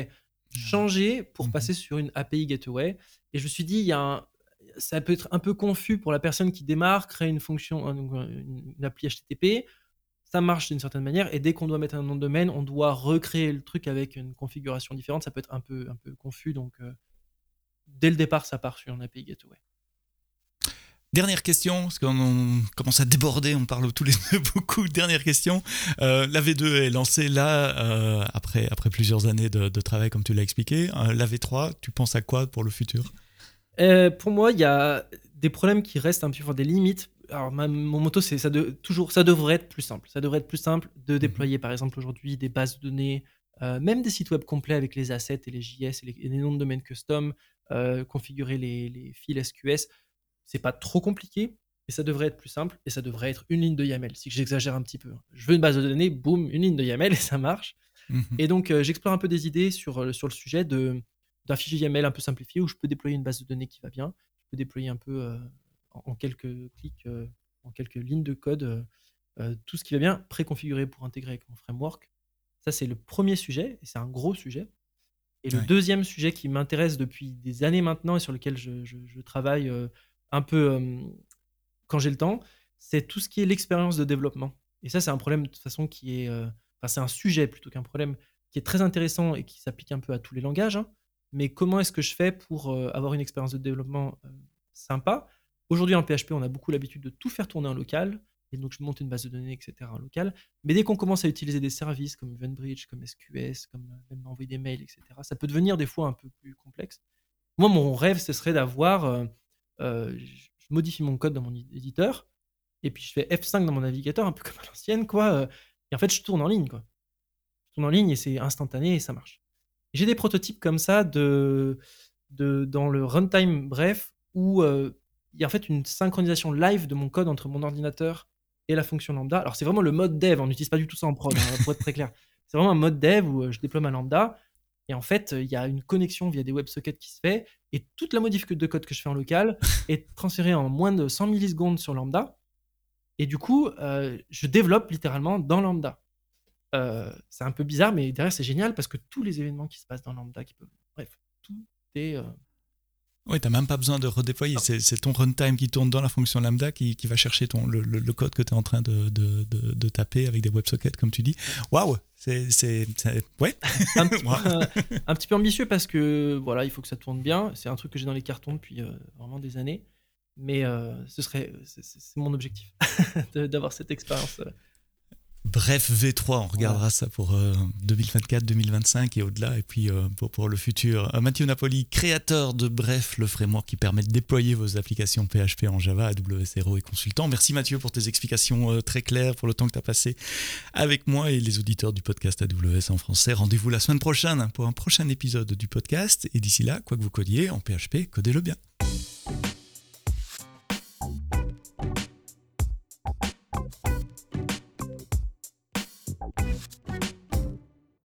changer pour
Mhm.
passer sur une A P I Gateway. Et je me suis dit, il y a un- ça peut être un peu confus pour la personne qui démarre, créer une fonction, une, une appli H T T P. Ça marche d'une certaine manière, et dès qu'on doit mettre un nom de domaine, on doit recréer le truc avec une configuration différente. Ça peut être un peu, un peu confus, donc euh, dès le départ, ça part sur une A P I Gateway.
Dernière question, parce qu'on commence à déborder, on parle tous les deux beaucoup. Dernière question, euh, la V deux est lancée là, euh, après, après plusieurs années de, de travail, comme tu l'as expliqué. Euh, la V trois, tu penses à quoi pour le futur ?
Euh, pour moi, il y a des problèmes qui restent un petit peu, des limites. Alors, ma- mon motto, c'est ça, de, toujours, ça devrait être plus simple. Ça devrait être plus simple de déployer, par exemple, aujourd'hui, des bases de données, euh, même des sites web complets avec les assets et les J S et les, et les noms de domaine custom, euh, configurer les, les fils S Q S. C'est pas trop compliqué, et ça devrait être plus simple, et ça devrait être une ligne de YAML. Si j'exagère un petit peu, je veux une base de données, boum, une ligne de YAML et ça marche.
Mhm.
Et donc, euh, j'explore un peu des idées sur, euh, sur le sujet de, d'un fichier YAML un peu simplifié où je peux déployer une base de données qui va bien. Je peux déployer un peu euh, en, en quelques clics, euh, en quelques lignes de code, euh, euh, tout ce qui va bien, préconfiguré pour intégrer avec mon framework. Ça, c'est le premier sujet, et c'est un gros sujet. Et le
Ouais.
deuxième sujet qui m'intéresse depuis des années maintenant et sur lequel je, je- je travaille euh, un peu euh, quand j'ai le temps, c'est tout ce qui est l'expérience de développement. Et ça, c'est un problème de toute façon qui est. euh, Enfin, c'est un sujet plutôt qu'un problème qui est très intéressant et qui s'applique un peu à tous les langages. Hein. Mais comment est-ce que je fais pour euh, avoir une expérience de développement euh, sympa? Aujourd'hui, en P H P, on a beaucoup l'habitude de tout faire tourner en local. Et donc, je monte une base de données, et cetera en local. Mais dès qu'on commence à utiliser des services comme EventBridge, comme S Q S, comme euh, même envoyer des mails, et cetera, ça peut devenir des fois un peu plus complexe. Moi, mon rêve, ce serait d'avoir. euh, euh, je je modifie mon code dans mon éditeur, et puis je fais F cinq dans mon navigateur, un peu comme à l'ancienne, quoi. euh, Et en fait, je tourne en ligne, quoi. Je tourne en ligne et c'est instantané et ça marche. J'ai des prototypes comme ça de, de, dans le runtime bref, où euh, il y a en fait une synchronisation live de mon code entre mon ordinateur et la fonction lambda. Alors, c'est vraiment le mode dev, on n'utilise pas du tout ça en prod, hein, pour être très clair. C'est vraiment un mode dev où euh, je déploie ma lambda. Et en fait, il y a une connexion via des WebSockets qui se fait, et toute la modif de code que je fais en local est transférée en moins de cent millisecondes sur Lambda. Et du coup, euh, je développe littéralement dans Lambda. Euh, c'est un peu bizarre, mais derrière, c'est génial parce que tous les événements qui se passent dans Lambda, qui peuvent... bref, tout est... euh,
Oui, tu n'as même pas besoin de redéployer. C'est, c'est ton runtime qui tourne dans la fonction lambda qui, qui va chercher ton, le, le, le code que tu es en train de, de, de, de taper avec des WebSockets, comme tu dis. Waouh, c'est, c'est, c'est... Ouais.
un, petit peu,
Wow.
un petit peu ambitieux parce que voilà, il faut que ça tourne bien. C'est un truc que j'ai dans les cartons depuis euh, vraiment des années. Mais euh, ce serait, c'est, c'est mon objectif de, d'avoir cette expérience. Euh,
Bref, V trois, on regardera
voilà.
ça pour euh, deux mille vingt-quatre deux mille vingt-cinq et au-delà, et puis euh, pour, pour le futur. Euh, Mathieu Napoli, créateur de Bref, le framework qui permet de déployer vos applications P H P en Java, A W S Hero et consultant. Merci Mathieu pour tes explications euh, très claires, pour le temps que tu as passé avec moi et les auditeurs du podcast A W S en français. Rendez-vous la semaine prochaine pour un prochain épisode du podcast. Et d'ici là, quoi que vous codiez en P H P, codez-le bien.